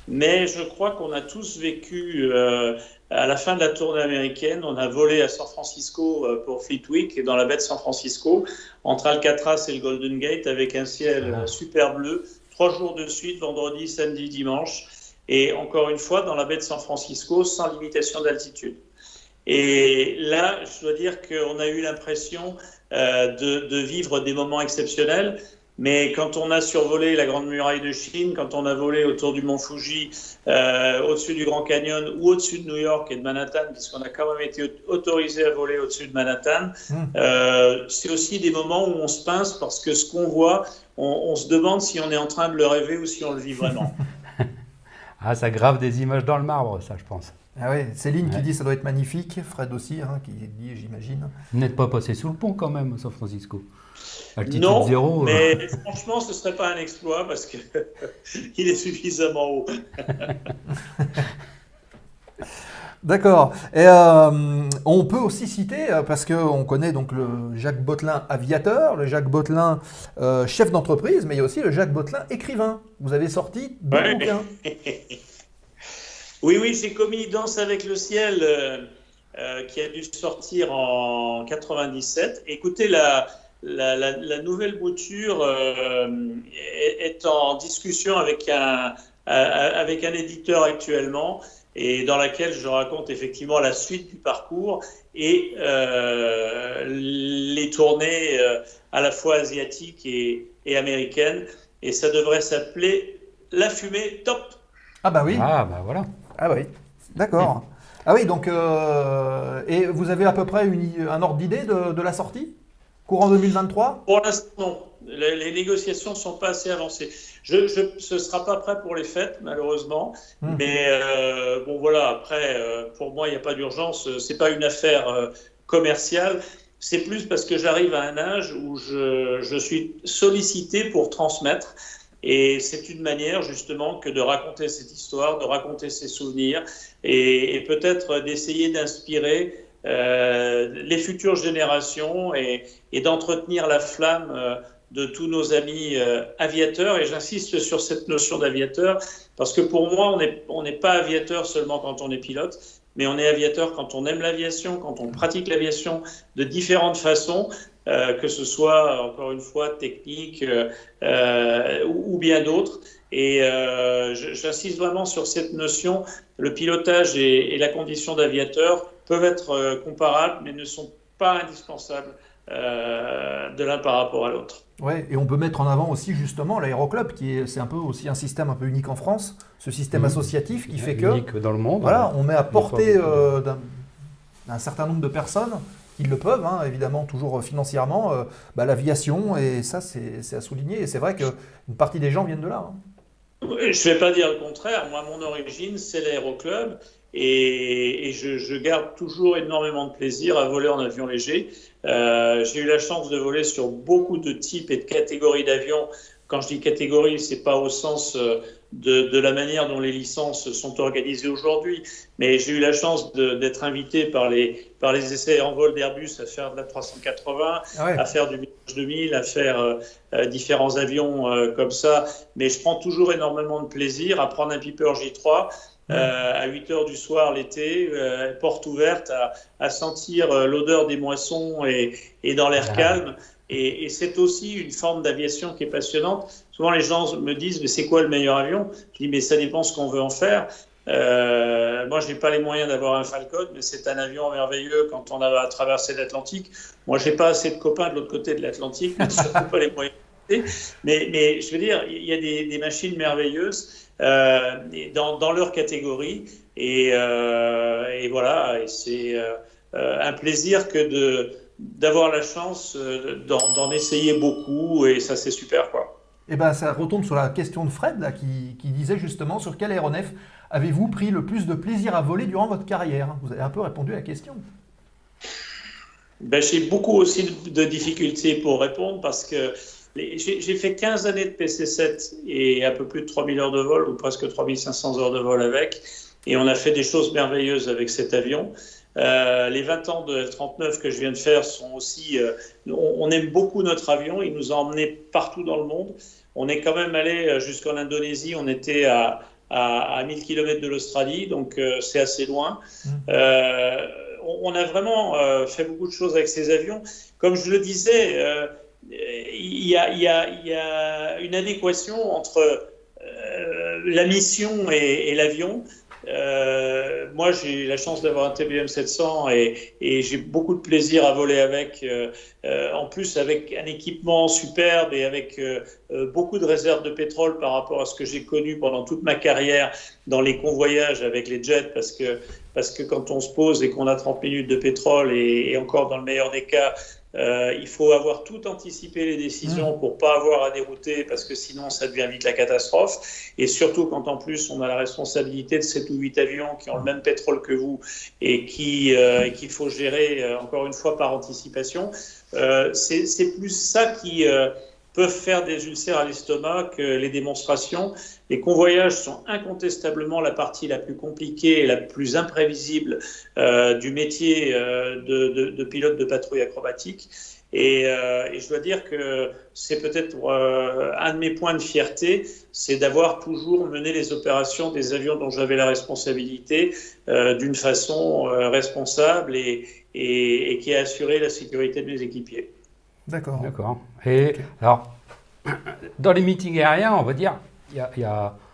mais je crois qu'on a tous vécu, à la fin de la tournée américaine, on a volé à San Francisco pour Fleet Week, dans la baie de San Francisco, entre Alcatraz et le Golden Gate, avec un ciel super bleu, 3 jours de suite, vendredi, samedi, dimanche, et encore une fois, dans la baie de San Francisco, sans limitation d'altitude. Et là, je dois dire qu'on a eu l'impression de vivre des moments exceptionnels. Mais quand on a survolé la Grande Muraille de Chine, quand on a volé autour du mont Fuji, au-dessus du Grand Canyon ou au-dessus de New York et de Manhattan, puisqu'on a quand même été autorisé à voler au-dessus de Manhattan, c'est aussi des moments où on se pince parce que ce qu'on voit, on se demande si on est en train de le rêver ou si on le vit vraiment. Ah, ça grave des images dans le marbre, ça, je pense. Ah oui, Céline qui dit ça doit être magnifique, Fred aussi, qui dit, j'imagine. Vous n'êtes pas passé sous le pont quand même, à San Francisco? Altitude non, 0, mais franchement, ce ne serait pas un exploit parce qu'il est suffisamment haut. D'accord. Et on peut aussi citer, parce qu'on connaît donc le Jacques Bottelin aviateur, le Jacques Bottelin chef d'entreprise, mais il y a aussi le Jacques Bottelin écrivain. Vous avez sorti 2 bouquins. Oui, j'ai commis Danse avec le ciel, qui a dû sortir en 97. Écoutez, la nouvelle mouture est en discussion avec un éditeur actuellement, et dans laquelle je raconte effectivement la suite du parcours et les tournées à la fois asiatiques et américaines. Et ça devrait s'appeler La Fumée Top. Ah bah oui. Ah bah voilà. Ah oui, d'accord. Ah oui, donc et vous avez à peu près un ordre d'idée de la sortie? Courant 2023? Pour l'instant, non. Les négociations ne sont pas assez avancées. Ce ne sera pas prêt pour les fêtes, malheureusement. Mais bon, voilà, après, pour moi, il n'y a pas d'urgence. Ce n'est pas une affaire commerciale. C'est plus parce que j'arrive à un âge où je suis sollicité pour transmettre. Et c'est une manière, justement, que de raconter cette histoire, de raconter ces souvenirs et peut-être d'essayer d'inspirer les futures générations et d'entretenir la flamme de tous nos amis aviateurs. Et j'insiste sur cette notion d'aviateur parce que pour moi, on n'est pas aviateur seulement quand on est pilote, mais on est aviateur quand on aime l'aviation, quand on pratique l'aviation de différentes façons, que ce soit, encore une fois, technique ou bien d'autres. Et j'insiste vraiment sur cette notion. Le pilotage et la condition d'aviateur peuvent être comparables, mais ne sont pas indispensables de l'un par rapport à l'autre. Oui, et on peut mettre en avant aussi justement l'Aéroclub, c'est un peu aussi un système un peu unique en France, ce système associatif qui fait que unique dans le monde. Voilà, on met à portée d'un certain nombre de personnes qui le peuvent, évidemment toujours financièrement, l'aviation, et ça c'est à souligner. Et c'est vrai qu'une partie des gens viennent de là. Je ne vais pas dire le contraire. Moi, mon origine, c'est l'Aéroclub. Et je garde toujours énormément de plaisir à voler en avion léger. J'ai eu la chance de voler sur beaucoup de types et de catégories d'avions. Quand je dis catégorie, ce n'est pas au sens de la manière dont les licences sont organisées aujourd'hui, mais j'ai eu la chance d'être invité par les essais en vol d'Airbus à faire de la 380, à faire du Mirage 2000, à faire différents avions comme ça. Mais je prends toujours énormément de plaisir à prendre un Piper J3 à 8 h du soir l'été, porte ouverte, à sentir l'odeur des moissons et dans l'air calme. Et c'est aussi une forme d'aviation qui est passionnante. Souvent, les gens me disent « mais c'est quoi le meilleur avion ?» Je dis « mais ça dépend ce qu'on veut en faire. » Moi, je n'ai pas les moyens d'avoir un Falcon, mais c'est un avion merveilleux quand on a traversé l'Atlantique. Moi, je n'ai pas assez de copains de l'autre côté de l'Atlantique, mais surtout pas les moyens. Mais je veux dire, il y a des machines merveilleuses dans leur catégorie. Et voilà, et c'est un plaisir que d'avoir la chance d'en essayer beaucoup, et ça c'est super quoi. Et ben ça retombe sur la question de Fred là, qui disait justement sur quel aéronef avez-vous pris le plus de plaisir à voler durant votre carrière? Vous avez un peu répondu à la question. Ben, j'ai beaucoup aussi de difficultés pour répondre parce que j'ai fait 15 années de PC-7 et un peu plus de 3000 heures de vol ou presque 3500 heures de vol avec, et on a fait des choses merveilleuses avec cet avion. Les 20 ans de F-39 que je viens de faire sont aussi... on aime beaucoup notre avion, il nous a emmenés partout dans le monde. On est quand même allé jusqu'en Indonésie, on était à à 1000 km de l'Australie, donc c'est assez loin. On a vraiment fait beaucoup de choses avec ces avions. Comme je le disais, il y a une adéquation entre la mission et l'avion. Moi, j'ai la chance d'avoir un TBM 700 et j'ai beaucoup de plaisir à voler avec. En plus, avec un équipement superbe et avec beaucoup de réserves de pétrole par rapport à ce que j'ai connu pendant toute ma carrière dans les convoyages avec les jets, parce que quand on se pose et qu'on a 30 minutes de pétrole et encore dans le meilleur des cas, il faut avoir tout anticipé les décisions pour pas avoir à dérouter, parce que sinon ça devient vite la catastrophe. Et surtout quand en plus on a la responsabilité de 7 ou 8 avions qui ont le même pétrole que vous et qu'il faut gérer encore une fois par anticipation. C'est plus ça qui peuvent faire des ulcères à l'estomac que les démonstrations. Les convoyages sont incontestablement la partie la plus compliquée et la plus imprévisible du métier de pilote de patrouille acrobatique. Et je dois dire que c'est peut-être un de mes points de fierté, c'est d'avoir toujours mené les opérations des avions dont j'avais la responsabilité d'une façon responsable et qui a assuré la sécurité de mes équipiers. D'accord. Et alors, dans les meetings aériens, on va dire, il y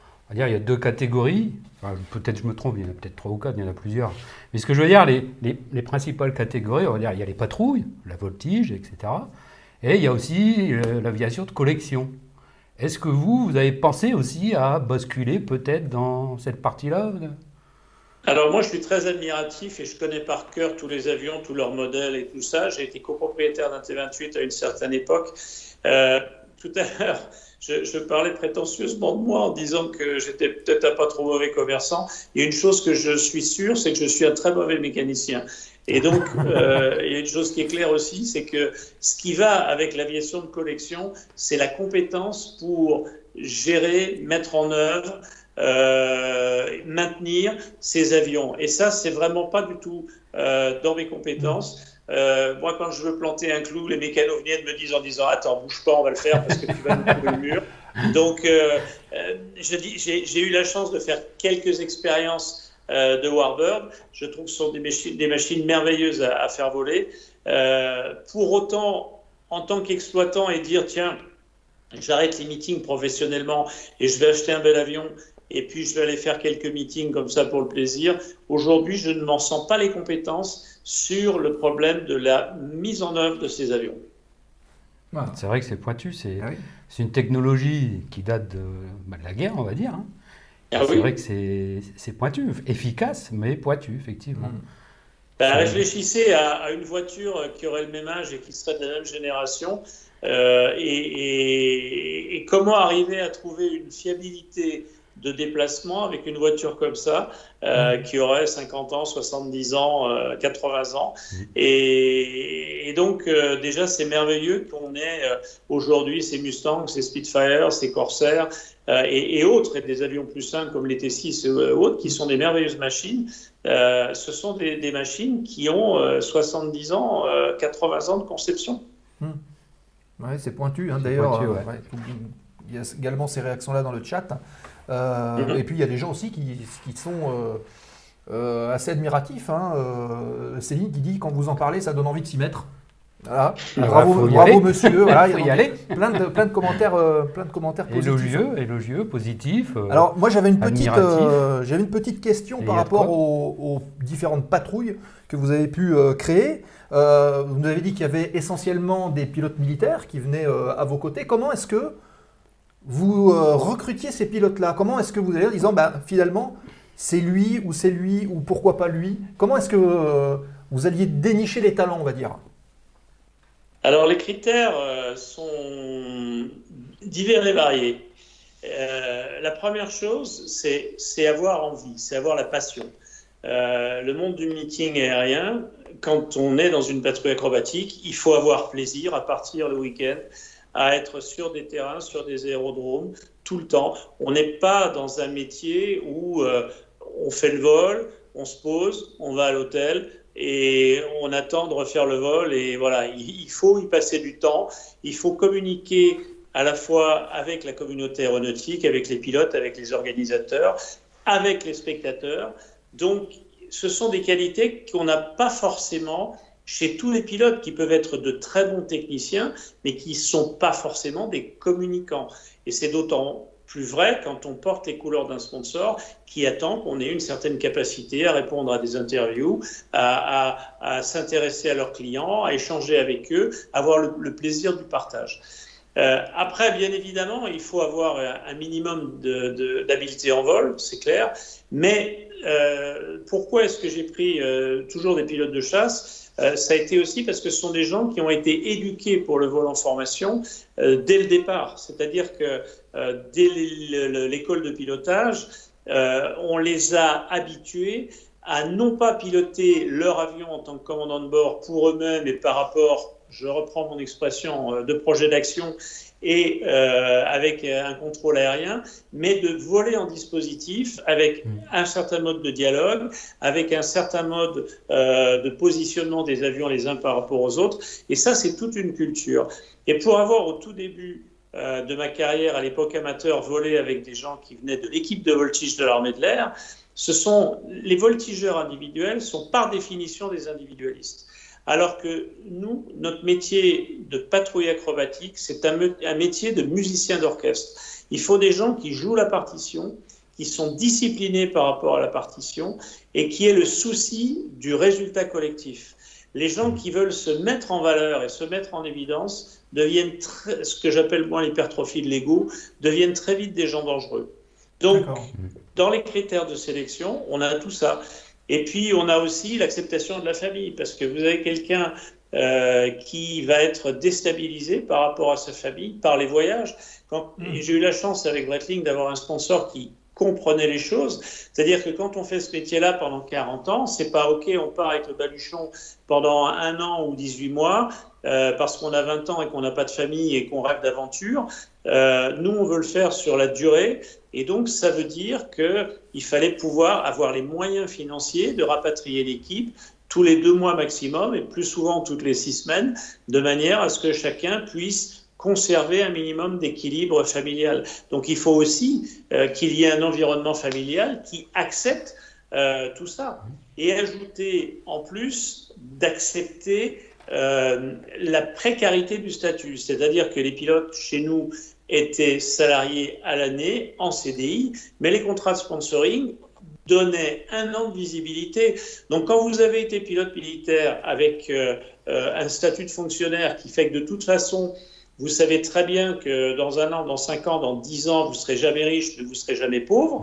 a deux catégories. Enfin, peut-être je me trompe, il y en a peut-être 3 ou 4, il y en a plusieurs. Mais ce que je veux dire, les principales catégories, on va dire, il y a les patrouilles, la voltige, etc. Et il y a aussi l'aviation de collection. Est-ce que vous avez pensé aussi à basculer peut-être dans cette partie-là ? Alors moi, je suis très admiratif et je connais par cœur tous les avions, tous leurs modèles et tout ça. J'ai été copropriétaire d'un T-28 à une certaine époque. Tout à l'heure, je parlais prétentieusement de moi en disant que j'étais peut-être un pas trop mauvais commerçant. Il y a une chose que je suis sûr, c'est que je suis un très mauvais mécanicien. Et donc, il y a une chose qui est claire aussi, c'est que ce qui va avec l'aviation de collection, c'est la compétence pour gérer, mettre en œuvre, maintenir ces avions. Et ça, c'est vraiment pas du tout dans mes compétences. Moi, quand je veux planter un clou, les mécanos viennent me disent en disant « Attends, bouge pas, on va le faire parce que tu vas nous trouver le mur ». Donc, j'ai eu la chance de faire quelques expériences de Warbird. Je trouve que ce sont des machines merveilleuses à faire voler. Pour autant, en tant qu'exploitant et dire « Tiens, j'arrête les meetings professionnellement et je vais acheter un bel avion », et puis je vais aller faire quelques meetings comme ça pour le plaisir. Aujourd'hui, je ne m'en sens pas les compétences sur le problème de la mise en œuvre de ces avions. C'est vrai que c'est pointu, c'est une technologie qui date de la guerre, on va dire. Hein. C'est vrai que c'est pointu, efficace, mais pointu, effectivement. Réfléchissez à une voiture qui aurait le même âge et qui serait de la même génération, et comment arriver à trouver une fiabilité de déplacement avec une voiture comme ça, qui aurait 50 ans, 70 ans, 80 ans. Et donc, déjà, c'est merveilleux qu'on ait aujourd'hui ces Mustangs, ces Spitfire, ces Corsair et autres, et des avions plus simples comme les T6 et autres, qui sont des merveilleuses machines. Ce sont des machines qui ont 70 ans, 80 ans de conception. Ouais, c'est pointu, hein, d'ailleurs. Il y a également ces réactions-là dans le chat. Et puis il y a des gens aussi qui sont assez admiratifs. Hein. Céline qui dit quand vous en parlez, ça donne envie de s'y mettre. Voilà. Bravo monsieur. Voilà, il y a plein de commentaires positifs. Élogieux, positifs. Alors moi j'avais une petite question par rapport aux différentes patrouilles que vous avez pu créer. Vous nous avez dit qu'il y avait essentiellement des pilotes militaires qui venaient à vos côtés. Comment est-ce que vous recrutiez ces pilotes-là? Comment est-ce que vous allez en disant finalement c'est lui ou pourquoi pas lui? Comment est-ce que vous alliez dénicher les talents, on va dire? Alors les critères sont divers et variés. La première chose, c'est avoir envie, c'est avoir la passion. Le monde du meeting aérien, quand on est dans une patrouille acrobatique, il faut avoir plaisir à partir le week-end, à être sur des terrains, sur des aérodromes, tout le temps. On n'est pas dans un métier où on fait le vol, on se pose, on va à l'hôtel et on attend de refaire le vol. Et voilà, il faut y passer du temps, il faut communiquer à la fois avec la communauté aéronautique, avec les pilotes, avec les organisateurs, avec les spectateurs. Donc, ce sont des qualités qu'on n'a pas forcément chez tous les pilotes, qui peuvent être de très bons techniciens, mais qui ne sont pas forcément des communicants. Et c'est d'autant plus vrai quand on porte les couleurs d'un sponsor qui attend qu'on ait une certaine capacité à répondre à des interviews, à s'intéresser à leurs clients, à échanger avec eux, avoir le plaisir du partage. Après, bien évidemment, il faut avoir un minimum d'habileté en vol, c'est clair. Mais pourquoi est-ce que j'ai pris toujours des pilotes de chasse ? Ça a été aussi parce que ce sont des gens qui ont été éduqués pour le vol en formation dès le départ. C'est-à-dire que dès l'école de pilotage, on les a habitués à non pas piloter leur avion en tant que commandant de bord pour eux-mêmes et par rapport, je reprends mon expression, de projet d'action et avec un contrôle aérien, mais de voler en dispositif avec un certain mode de dialogue, avec un certain mode de positionnement des avions les uns par rapport aux autres. Et ça, c'est toute une culture. Et pour avoir au tout début de ma carrière, à l'époque amateur, volé avec des gens qui venaient de l'équipe de voltige de l'armée de l'air, les voltigeurs individuels sont par définition des individualistes. Alors que nous, notre métier de patrouille acrobatique, c'est un métier de musicien d'orchestre. Il faut des gens qui jouent la partition, qui sont disciplinés par rapport à la partition et qui aient le souci du résultat collectif. Les gens qui veulent se mettre en valeur et se mettre en évidence deviennent, ce que j'appelle moi l'hypertrophie de l'ego, deviennent très vite des gens dangereux. Donc, dans les critères de sélection, on a tout ça. Et puis, on a aussi l'acceptation de la famille, parce que vous avez quelqu'un qui va être déstabilisé par rapport à sa famille, par les voyages. J'ai eu la chance avec Breitling d'avoir un sponsor qui comprenait les choses. C'est-à-dire que quand on fait ce métier-là pendant 40 ans, c'est pas OK, on part avec le baluchon pendant 1 an ou 18 mois, parce qu'on a 20 ans et qu'on n'a pas de famille et qu'on rêve d'aventure. Nous, on veut le faire sur la durée. Et donc, ça veut dire qu'il fallait pouvoir avoir les moyens financiers de rapatrier l'équipe tous les 2 mois maximum et plus souvent toutes les 6 semaines, de manière à ce que chacun puisse conserver un minimum d'équilibre familial. Donc, il faut aussi qu'il y ait un environnement familial qui accepte tout ça. Et ajouter, en plus, d'accepter la précarité du statut. C'est-à-dire que les pilotes, chez nous, étaient salariés à l'année en CDI, mais les contrats de sponsoring donnaient 1 an de visibilité. Donc quand vous avez été pilote militaire avec un statut de fonctionnaire qui fait que de toute façon, vous savez très bien que dans 1 an, dans 5 ans, dans 10 ans, vous ne serez jamais riche, mais vous ne serez jamais pauvre.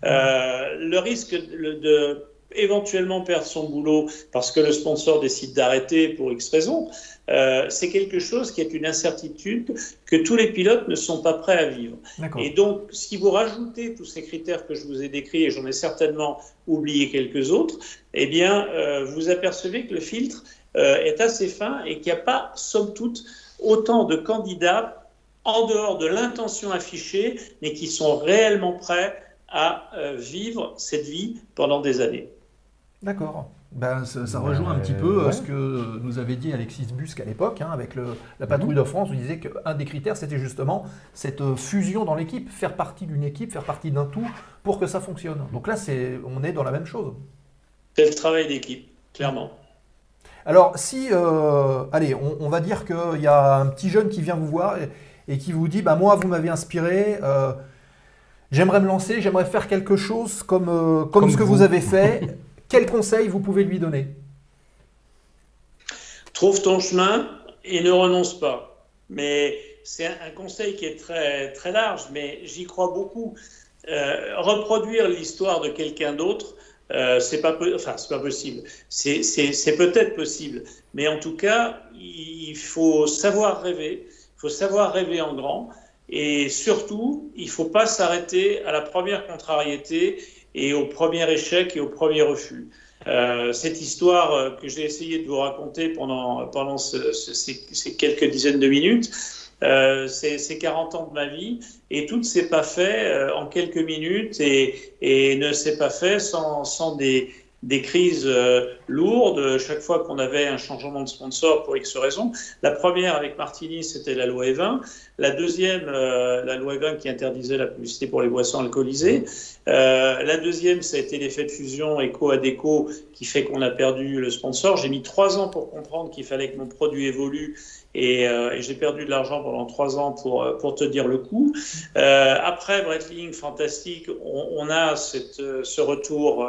Le risque de éventuellement perdre son boulot parce que le sponsor décide d'arrêter pour X raison, c'est quelque chose qui est une incertitude que tous les pilotes ne sont pas prêts à vivre. Et donc, si vous rajoutez tous ces critères que je vous ai décrits, et j'en ai certainement oublié quelques autres, eh bien, vous apercevez que le filtre est assez fin et qu'il n'y a pas, somme toute, autant de candidats en dehors de l'intention affichée, mais qui sont réellement prêts à vivre cette vie pendant des années. D'accord. Ça rejoint un petit peu ce que nous avait dit Alexis Busque à l'époque, avec la patrouille de France. Vous disiez qu'un des critères, c'était justement cette fusion dans l'équipe, faire partie d'une équipe, faire partie d'un tout pour que ça fonctionne. Donc là, on est dans la même chose. C'est le travail d'équipe, clairement. Alors, si, allez, on va dire qu'il y a un petit jeune qui vient vous voir et qui vous dit, moi, vous m'avez inspiré, j'aimerais me lancer, j'aimerais faire quelque chose comme ce que vous avez fait. Quel conseil vous pouvez lui donner ? Trouve ton chemin et ne renonce pas. Mais c'est un conseil qui est très, très large, mais j'y crois beaucoup. Reproduire l'histoire de quelqu'un d'autre, c'est pas possible. C'est peut-être possible, mais en tout cas, il faut savoir rêver. Il faut savoir rêver en grand, et surtout, il ne faut pas s'arrêter à la première contrariété et au premier échec et au premier refus. Cette histoire que j'ai essayé de vous raconter pendant ces quelques dizaines de minutes, c'est 40 ans de ma vie, et tout ne s'est pas fait en quelques minutes et ne s'est pas fait sans des des crises lourdes chaque fois qu'on avait un changement de sponsor pour X raisons. La première avec Martini, c'était la loi Evin. La deuxième, la loi Evin qui interdisait la publicité pour les boissons alcoolisées. La deuxième, ça a été l'effet de fusion Eco-Adéco qui fait qu'on a perdu le sponsor. J'ai mis 3 ans pour comprendre qu'il fallait que mon produit évolue et j'ai perdu de l'argent pendant 3 ans pour te dire le coût. Après Breitling, fantastique, on a ce retour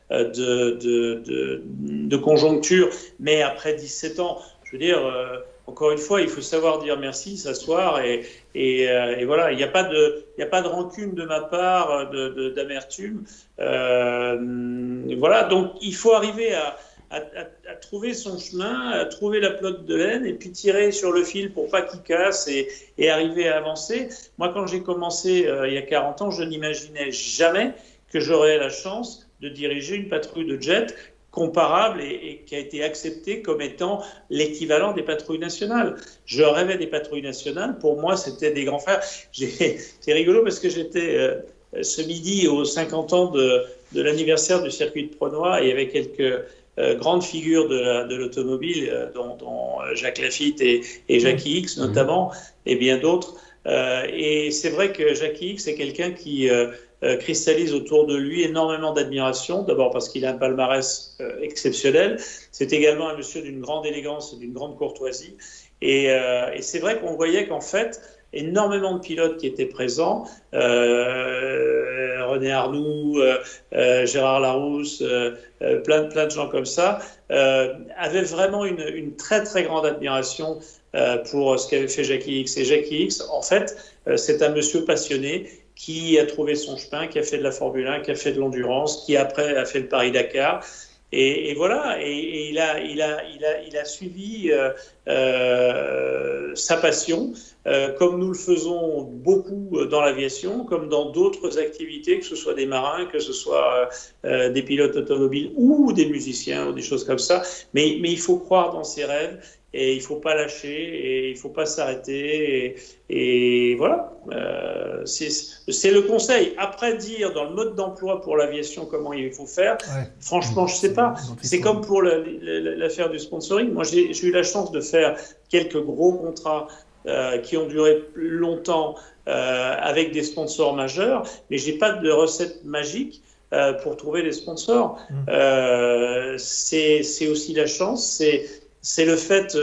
de conjoncture, mais après 17 ans, je veux dire, encore une fois, il faut savoir dire merci, s'asseoir et voilà, il n'y a pas de rancune de ma part, d'amertume. Voilà, donc il faut arriver à trouver son chemin, à trouver la pelote de laine et puis tirer sur le fil pour pas qu'il casse et arriver à avancer. Moi, quand j'ai commencé il y a 40 ans, je n'imaginais jamais que j'aurais la chance de diriger une patrouille de jet comparable et qui a été acceptée comme étant l'équivalent des patrouilles nationales. Je rêvais des patrouilles nationales. Pour moi, c'était des grands frères. C'est rigolo parce que j'étais ce midi aux 50 ans de l'anniversaire du circuit de Prenois et il y avait quelques grandes figures de l'automobile, dont Jacques Lafitte et Jackie X notamment, et bien d'autres. Et c'est vrai que Jackie X est quelqu'un qui cristallise autour de lui énormément d'admiration, d'abord parce qu'il a un palmarès exceptionnel. C'est également un monsieur d'une grande élégance et d'une grande courtoisie. Et c'est vrai qu'on voyait qu'en fait, énormément de pilotes qui étaient présents, René Arnoux, Gérard Larousse, plein de gens comme ça, avaient vraiment une très très grande admiration pour ce qu'avait fait Jackie X. Et Jackie X, en fait, c'est un monsieur passionné qui a trouvé son chemin, qui a fait de la Formule 1, qui a fait de l'endurance, qui après a fait le Paris-Dakar. Et voilà, et il a suivi sa passion, comme nous le faisons beaucoup dans l'aviation, comme dans d'autres activités, que ce soit des marins, que ce soit des pilotes automobiles ou des musiciens ou des choses comme ça. Mais il faut croire dans ses rêves. Et il ne faut pas lâcher, et il ne faut pas s'arrêter. Et voilà, c'est le conseil. Après, dire dans le mode d'emploi pour l'aviation comment il faut faire, franchement, je ne sais pas. C'est comme pour l'affaire du sponsoring. Moi, j'ai eu la chance de faire quelques gros contrats qui ont duré longtemps avec des sponsors majeurs, mais je n'ai pas de recette magique pour trouver des sponsors. C'est aussi la chance, c'est le fait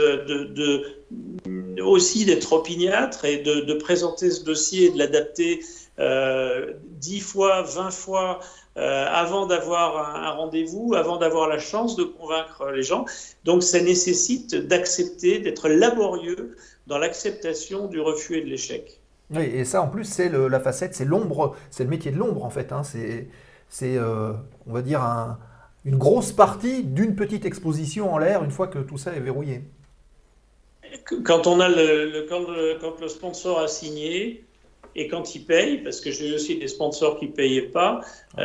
aussi d'être opiniâtre et de présenter ce dossier et de l'adapter 10 fois, 20 fois avant d'avoir un rendez-vous, avant d'avoir la chance de convaincre les gens. Donc ça nécessite d'accepter, d'être laborieux dans l'acceptation du refus et de l'échec. Oui, et ça en plus c'est la facette, c'est l'ombre, c'est le métier de l'ombre en fait. Hein. C'est on va dire une grosse partie d'une petite exposition en l'air une fois que tout ça est verrouillé. Quand on a quand le sponsor a signé et quand il paye, parce que j'ai aussi des sponsors qui ne payaient pas,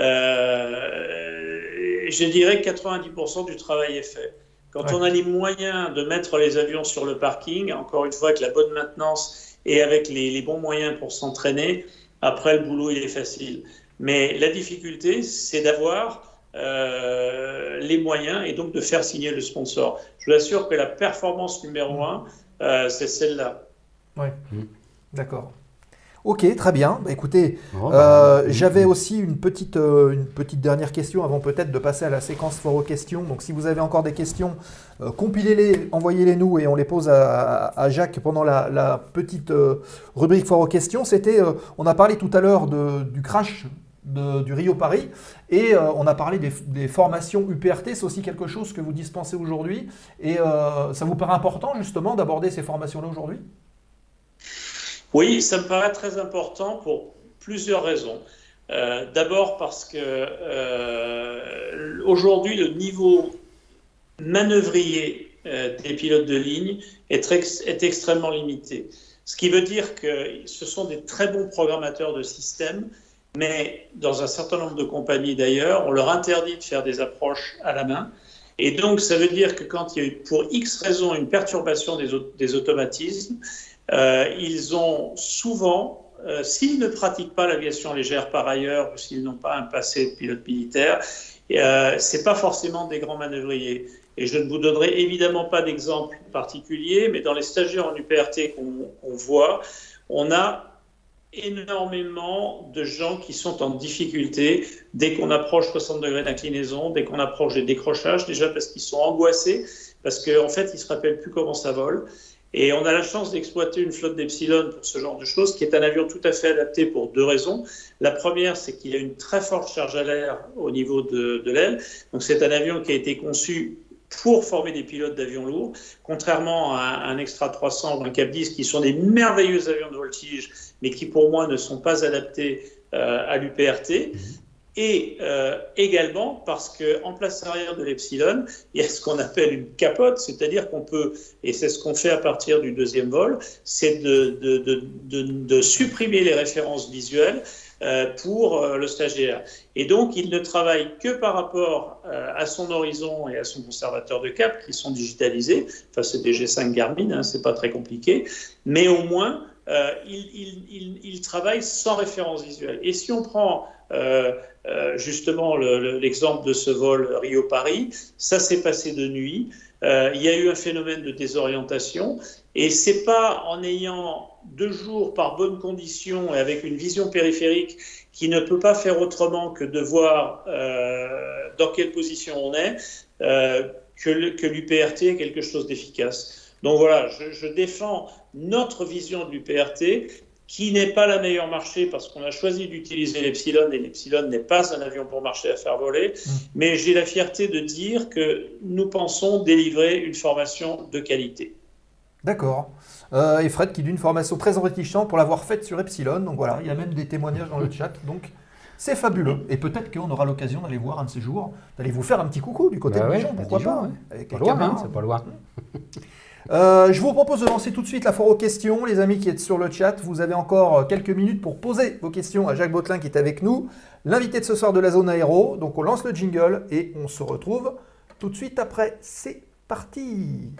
je dirais que 90% du travail est fait. Quand on a les moyens de mettre les avions sur le parking, encore une fois avec la bonne maintenance et avec les bons moyens pour s'entraîner, après le boulot il est facile. Mais la difficulté, c'est d'avoir les moyens et donc de faire signer le sponsor. Je vous assure que la performance numéro 1, c'est celle-là. Oui, d'accord. Ok, très bien. Écoutez, j'avais aussi une petite dernière question avant peut-être de passer à la séquence foire aux questions. Donc si vous avez encore des questions, compilez-les, envoyez-les nous et on les pose à Jacques pendant la petite rubrique foire aux questions. On a parlé tout à l'heure du crash du Rio-Paris et on a parlé des formations UPRT. C'est aussi quelque chose que vous dispensez aujourd'hui et ça vous paraît important justement d'aborder ces formations-là aujourd'hui ? Oui, ça me paraît très important pour plusieurs raisons. D'abord parce que aujourd'hui, le niveau manœuvrier des pilotes de ligne est extrêmement limité. Ce qui veut dire que ce sont des très bons programmateurs de systèmes, mais dans un certain nombre de compagnies d'ailleurs, on leur interdit de faire des approches à la main. Et donc, ça veut dire que quand il y a eu pour X raisons une perturbation des automatismes, ils ont souvent, s'ils ne pratiquent pas l'aviation légère par ailleurs, ou s'ils n'ont pas un passé de pilote militaire, c'est pas forcément des grands manœuvriers. Et je ne vous donnerai évidemment pas d'exemple particulier, mais dans les stagiaires en UPRT qu'on voit, on a énormément de gens qui sont en difficulté dès qu'on approche 60 degrés d'inclinaison, dès qu'on approche des décrochages, déjà parce qu'ils sont angoissés, parce qu'en fait, ils ne se rappellent plus comment ça vole. Et on a la chance d'exploiter une flotte d'Epsilon pour ce genre de choses, qui est un avion tout à fait adapté pour 2 raisons. La première, c'est qu'il a une très forte charge à l'air au niveau de l'aile. Donc c'est un avion qui a été conçu pour former des pilotes d'avions lourds, contrairement à un Extra 300 ou un Cap 10, qui sont des merveilleux avions de voltige, mais qui pour moi ne sont pas adaptés à l'UPRT. Et également parce qu'en place arrière de l'Epsilon, il y a ce qu'on appelle une capote, c'est-à-dire qu'on peut, et c'est ce qu'on fait à partir du 2e vol, c'est de supprimer les références visuelles pour le stagiaire. Et donc, il ne travaille que par rapport à son horizon et à son conservateur de cap, qui sont digitalisés. Enfin, c'est des G5 Garmin, hein, c'est pas très compliqué. Mais au moins, il travaille sans référence visuelle. Et si on prend justement l'exemple de ce vol Rio-Paris, ça s'est passé de nuit. Il y a eu un phénomène de désorientation. Et c'est pas en ayant 2 jours par bonnes conditions et avec une vision périphérique qui ne peut pas faire autrement que de voir dans quelle position on est, que l'UPRT est quelque chose d'efficace. Donc voilà, je défends notre vision de l'UPRT, qui n'est pas la meilleure marché parce qu'on a choisi d'utiliser l'Epsilon, et l'Epsilon n'est pas un avion pour marcher à faire voler, mais j'ai la fierté de dire que nous pensons délivrer une formation de qualité. D'accord. Et Fred qui dit une formation très enrichissante pour l'avoir faite sur Epsilon. Donc voilà, il y a même des témoignages dans le chat. Donc c'est fabuleux. Et peut-être qu'on aura l'occasion d'aller voir un de ces jours, d'aller vous faire un petit coucou du côté de Dijon, pourquoi pas. Ouais. Avec pas loin, c'est pas loin. Je vous propose de lancer tout de suite la foire aux questions. Les amis qui êtes sur le chat, vous avez encore quelques minutes pour poser vos questions à Jacques Bottelin qui est avec nous, l'invité de ce soir de la zone aéro. Donc on lance le jingle et on se retrouve tout de suite après. C'est parti!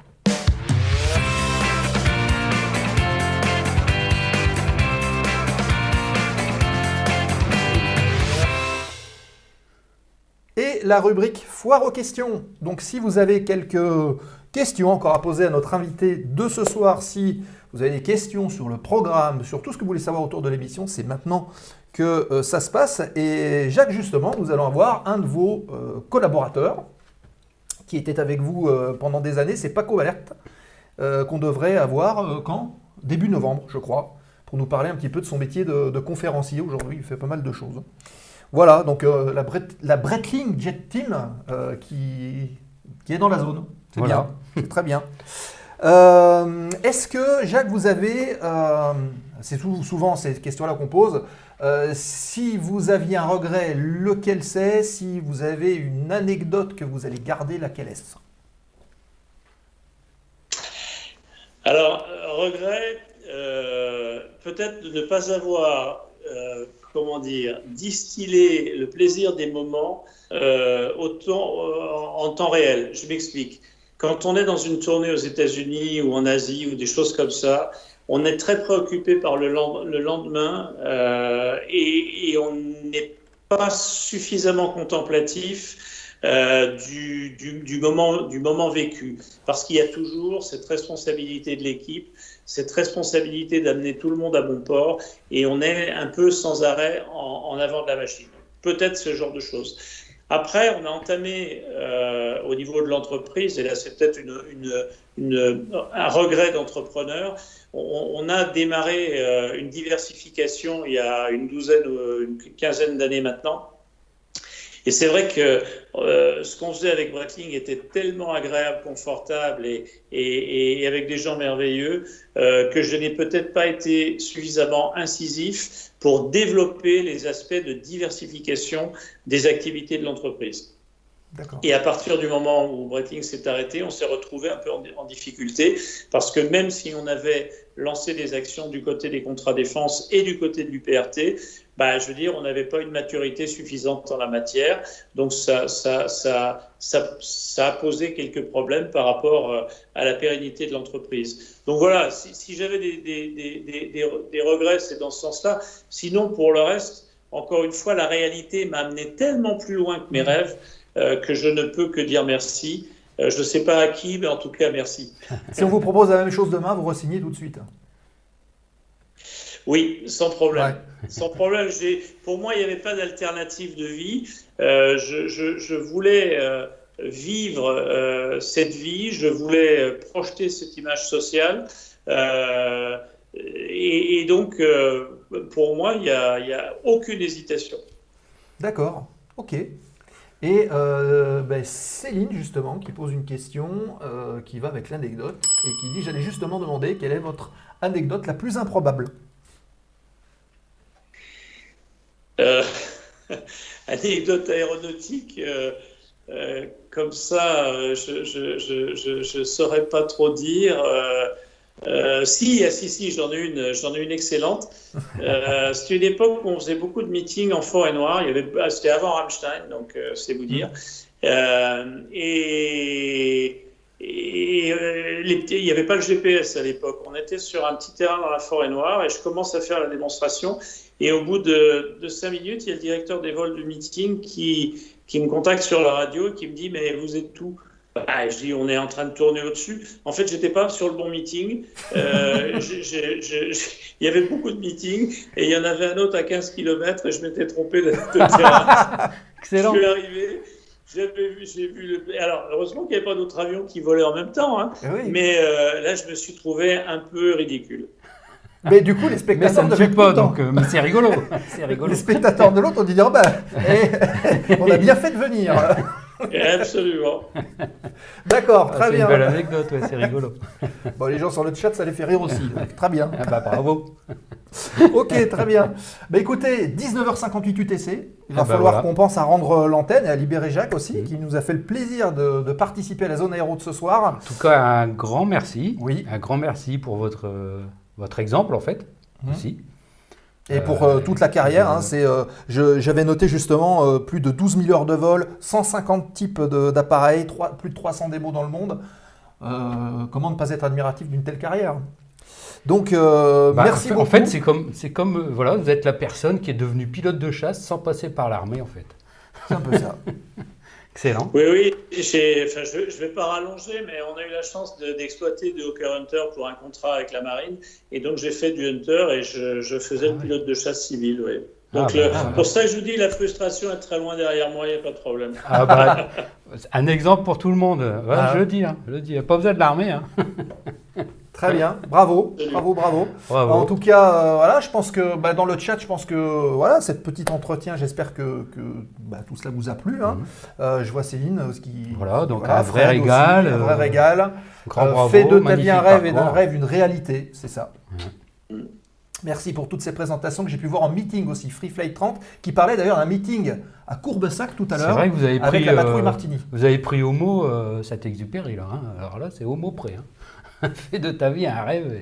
Et la rubrique foire aux questions. Donc si vous avez quelques questions encore à poser à notre invité de ce soir, si vous avez des questions sur le programme, sur tout ce que vous voulez savoir autour de l'émission, c'est maintenant que ça se passe. Et Jacques, justement, nous allons avoir un de vos collaborateurs qui était avec vous pendant des années, c'est Paco Valert, qu'on devrait avoir quand ? Début novembre, je crois, pour nous parler un petit peu de son métier de conférencier. Aujourd'hui, il fait pas mal de choses. Voilà, donc la Breitling Jet Team qui est dans la zone. C'est voilà. Bien, c'est très bien. Est-ce que, Jacques, vous avez, c'est souvent ces questions-là qu'on pose, si vous aviez un regret, lequel c'est? Si vous avez une anecdote que vous allez garder, laquelle est-ce? Alors, regret, peut-être de ne pas avoir... distiller le plaisir des moments en temps réel. Je m'explique. Quand on est dans une tournée aux États-Unis ou en Asie ou des choses comme ça, on est très préoccupé par le lendemain et on n'est pas suffisamment contemplatif du moment vécu. Parce qu'il y a toujours cette responsabilité de l'équipe, cette responsabilité d'amener tout le monde à bon port, et on est un peu sans arrêt en avant de la machine. Peut-être ce genre de choses. Après, on a entamé au niveau de l'entreprise, et là c'est peut-être un regret d'entrepreneur, on a démarré une diversification il y a une quinzaine d'années maintenant. Et c'est vrai que ce qu'on faisait avec Breitling était tellement agréable, confortable et avec des gens merveilleux que je n'ai peut-être pas été suffisamment incisif pour développer les aspects de diversification des activités de l'entreprise. D'accord. Et à partir du moment où Breitling s'est arrêté, on s'est retrouvé un peu en difficulté parce que même si on avait lancé des actions du côté des contrats défense et du côté de l'UPRT, je veux dire, on n'avait pas une maturité suffisante en la matière. Donc, ça a posé quelques problèmes par rapport à la pérennité de l'entreprise. Donc voilà, si j'avais des regrets, c'est dans ce sens-là. Sinon, pour le reste, encore une fois, la réalité m'a amené tellement plus loin que mes rêves que je ne peux que dire merci. Je ne sais pas à qui, mais en tout cas, merci. Si on vous propose la même chose demain, vous re-signez tout de suite? Oui, sans problème. Ouais. Sans problème. Pour moi, il n'y avait pas d'alternative de vie. Je voulais vivre cette vie. Je voulais projeter cette image sociale. Et donc, pour moi, il n'y a aucune hésitation. D'accord. OK. Et Céline, justement, qui pose une question qui va avec l'anecdote et qui dit: j'allais justement demander quelle est votre anecdote la plus improbable. Anecdote aéronautique, comme ça, je ne saurais pas trop dire. Si, j'en ai une excellente. C'était une époque où on faisait beaucoup de meetings en forêt noire. C'était avant Rammstein, donc c'est vous dire. Il n'y avait pas le GPS à l'époque. On était sur un petit terrain dans la forêt noire et je commence à faire la démonstration. Et au bout de 5 minutes, il y a le directeur des vols du meeting qui me contacte sur la radio et qui me dit: mais vous êtes où? Je dis: on est en train de tourner au-dessus. En fait, j'étais pas sur le bon meeting. Il y avait beaucoup de meetings et il y en avait un autre à 15 km et je m'étais trompé de terrain. Excellent. Je suis arrivé. J'ai vu alors, heureusement qu'il n'y avait pas d'autres avions qui volaient en même temps, hein. Oui. Mais là, je me suis trouvé un peu ridicule. Mais du coup, les spectateurs ne tue pas, donc mais c'est rigolo. C'est rigolo. Les spectateurs de l'autre ont dit: on a bien fait de venir. Absolument. D'accord, très bien. C'est une belle anecdote, ouais, c'est rigolo. Bon, les gens sur le chat, ça les fait rire aussi. Donc, très bien. Bravo. Ok, très bien. Écoutez, 19h58 UTC. Il va falloir qu'on pense à rendre l'antenne et à libérer Jacques aussi, qui nous a fait le plaisir de participer à la zone aéro de ce soir. En tout cas, un grand merci. Oui. Un grand merci pour votre exemple, en fait, aussi. Et pour toute la carrière, j'avais noté justement plus de 12 000 heures de vol, 150 types d'appareils, plus de 300 démos dans le monde. Comment ne pas être admiratif d'une telle carrière? Donc, merci beaucoup. En fait, c'est comme voilà, vous êtes la personne qui est devenue pilote de chasse sans passer par l'armée, en fait. C'est un peu ça. Excellent. Oui. Je ne vais pas rallonger, mais on a eu la chance d'exploiter du Hawker Hunter pour un contrat avec la marine. Et donc, j'ai fait du Hunter et je faisais le pilote de chasse civil. Oui. Donc, pour ça, je vous dis, la frustration est très loin derrière moi, il n'y a pas de problème. Un exemple pour tout le monde. Ouais, je le dis. Il n'y a pas besoin de l'armée. Hein. Très bien, bravo. En tout cas, voilà, je pense que dans le chat, voilà, cette petite entretien, j'espère que tout cela vous a plu. Hein. Je vois Céline qui. Voilà, donc un vrai régal. Un vrai régal. Grand bravo. Fait de ta vie un rêve et d'un rêve une réalité, c'est ça. Merci pour toutes ces présentations que j'ai pu voir en meeting aussi. Free Flight 30, qui parlait d'ailleurs d'un meeting à Courbesac tout à l'heure. C'est vrai que vous avez avec la patrouille Martini. Vous avez pris au mot Saint-Exupéry là. Hein. Alors là, c'est au mot près. Hein. Fais de ta vie un rêve.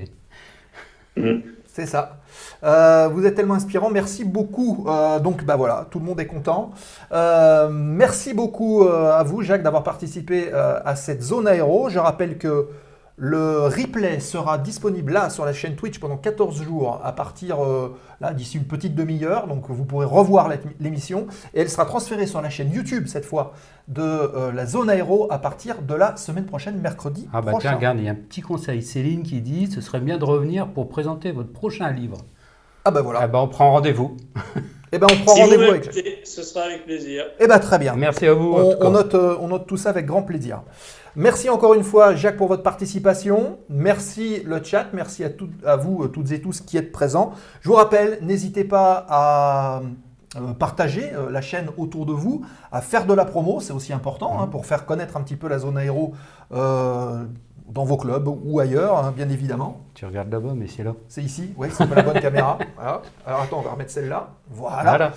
C'est ça. Vous êtes tellement inspirant. Merci beaucoup. Donc, voilà, tout le monde est content. Merci beaucoup à vous, Jacques, d'avoir participé à cette zone aéro. Je rappelle que le replay sera disponible là sur la chaîne Twitch pendant 14 jours à partir d'ici une petite demi-heure. Donc vous pourrez revoir l'émission et elle sera transférée sur la chaîne YouTube cette fois de la zone aéro à partir de la semaine prochaine, mercredi prochain. Tiens, regarde, il y a un petit conseil. Céline qui dit: ce serait bien de revenir pour présenter votre prochain livre. Voilà. On prend rendez-vous. On prend rendez-vous avec Jacques. Ce sera avec plaisir. Très bien. Merci à vous. On note tout ça avec grand plaisir. Merci encore une fois, Jacques, pour votre participation. Merci le chat. Merci à vous toutes et tous qui êtes présents. Je vous rappelle, n'hésitez pas à partager la chaîne autour de vous, à faire de la promo. C'est aussi important pour faire connaître un petit peu la zone aéro dans vos clubs ou ailleurs, bien évidemment. Tu regardes là-bas, mais c'est là. C'est ici, oui, c'est pas la bonne caméra. Voilà. Alors attends, on va remettre celle-là. Voilà.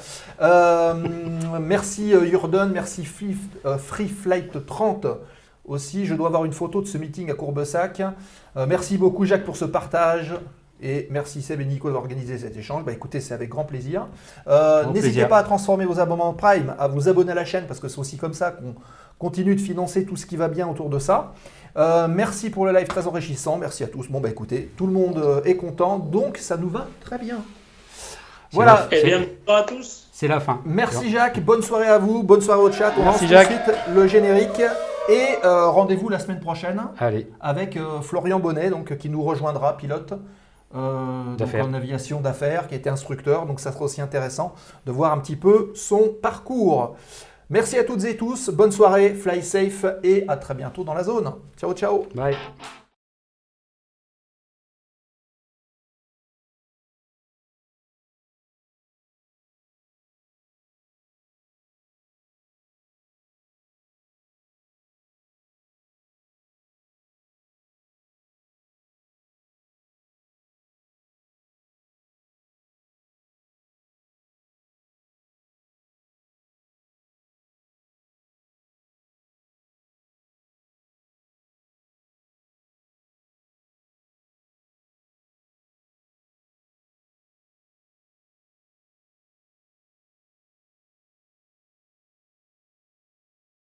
Merci Jordan, merci Free Flight 30 aussi. Je dois avoir une photo de ce meeting à Courbesac. Merci beaucoup Jacques pour ce partage. Et merci Seb et Nico d'avoir organisé cet échange. Écoutez, c'est avec grand plaisir. N'hésitez pas à transformer vos abonnements Prime, à vous abonner à la chaîne parce que c'est aussi comme ça qu'on continue de financer tout ce qui va bien autour de ça. Merci pour le live très enrichissant. Merci à tous. Écoutez, tout le monde est content, donc ça nous va très bien. Voilà. Et bien, bonjour à tous. c'est la fin. Merci Jacques, bonne soirée à vous, bonne soirée au chat. On lance tout de suite le générique. Et rendez-vous la semaine prochaine avec Florian Bonnet, donc, qui nous rejoindra, pilote donc en aviation d'affaires, qui était instructeur. Donc ça sera aussi intéressant de voir un petit peu son parcours. Merci à toutes et tous, bonne soirée, fly safe et à très bientôt dans la zone. Ciao, ciao. Bye.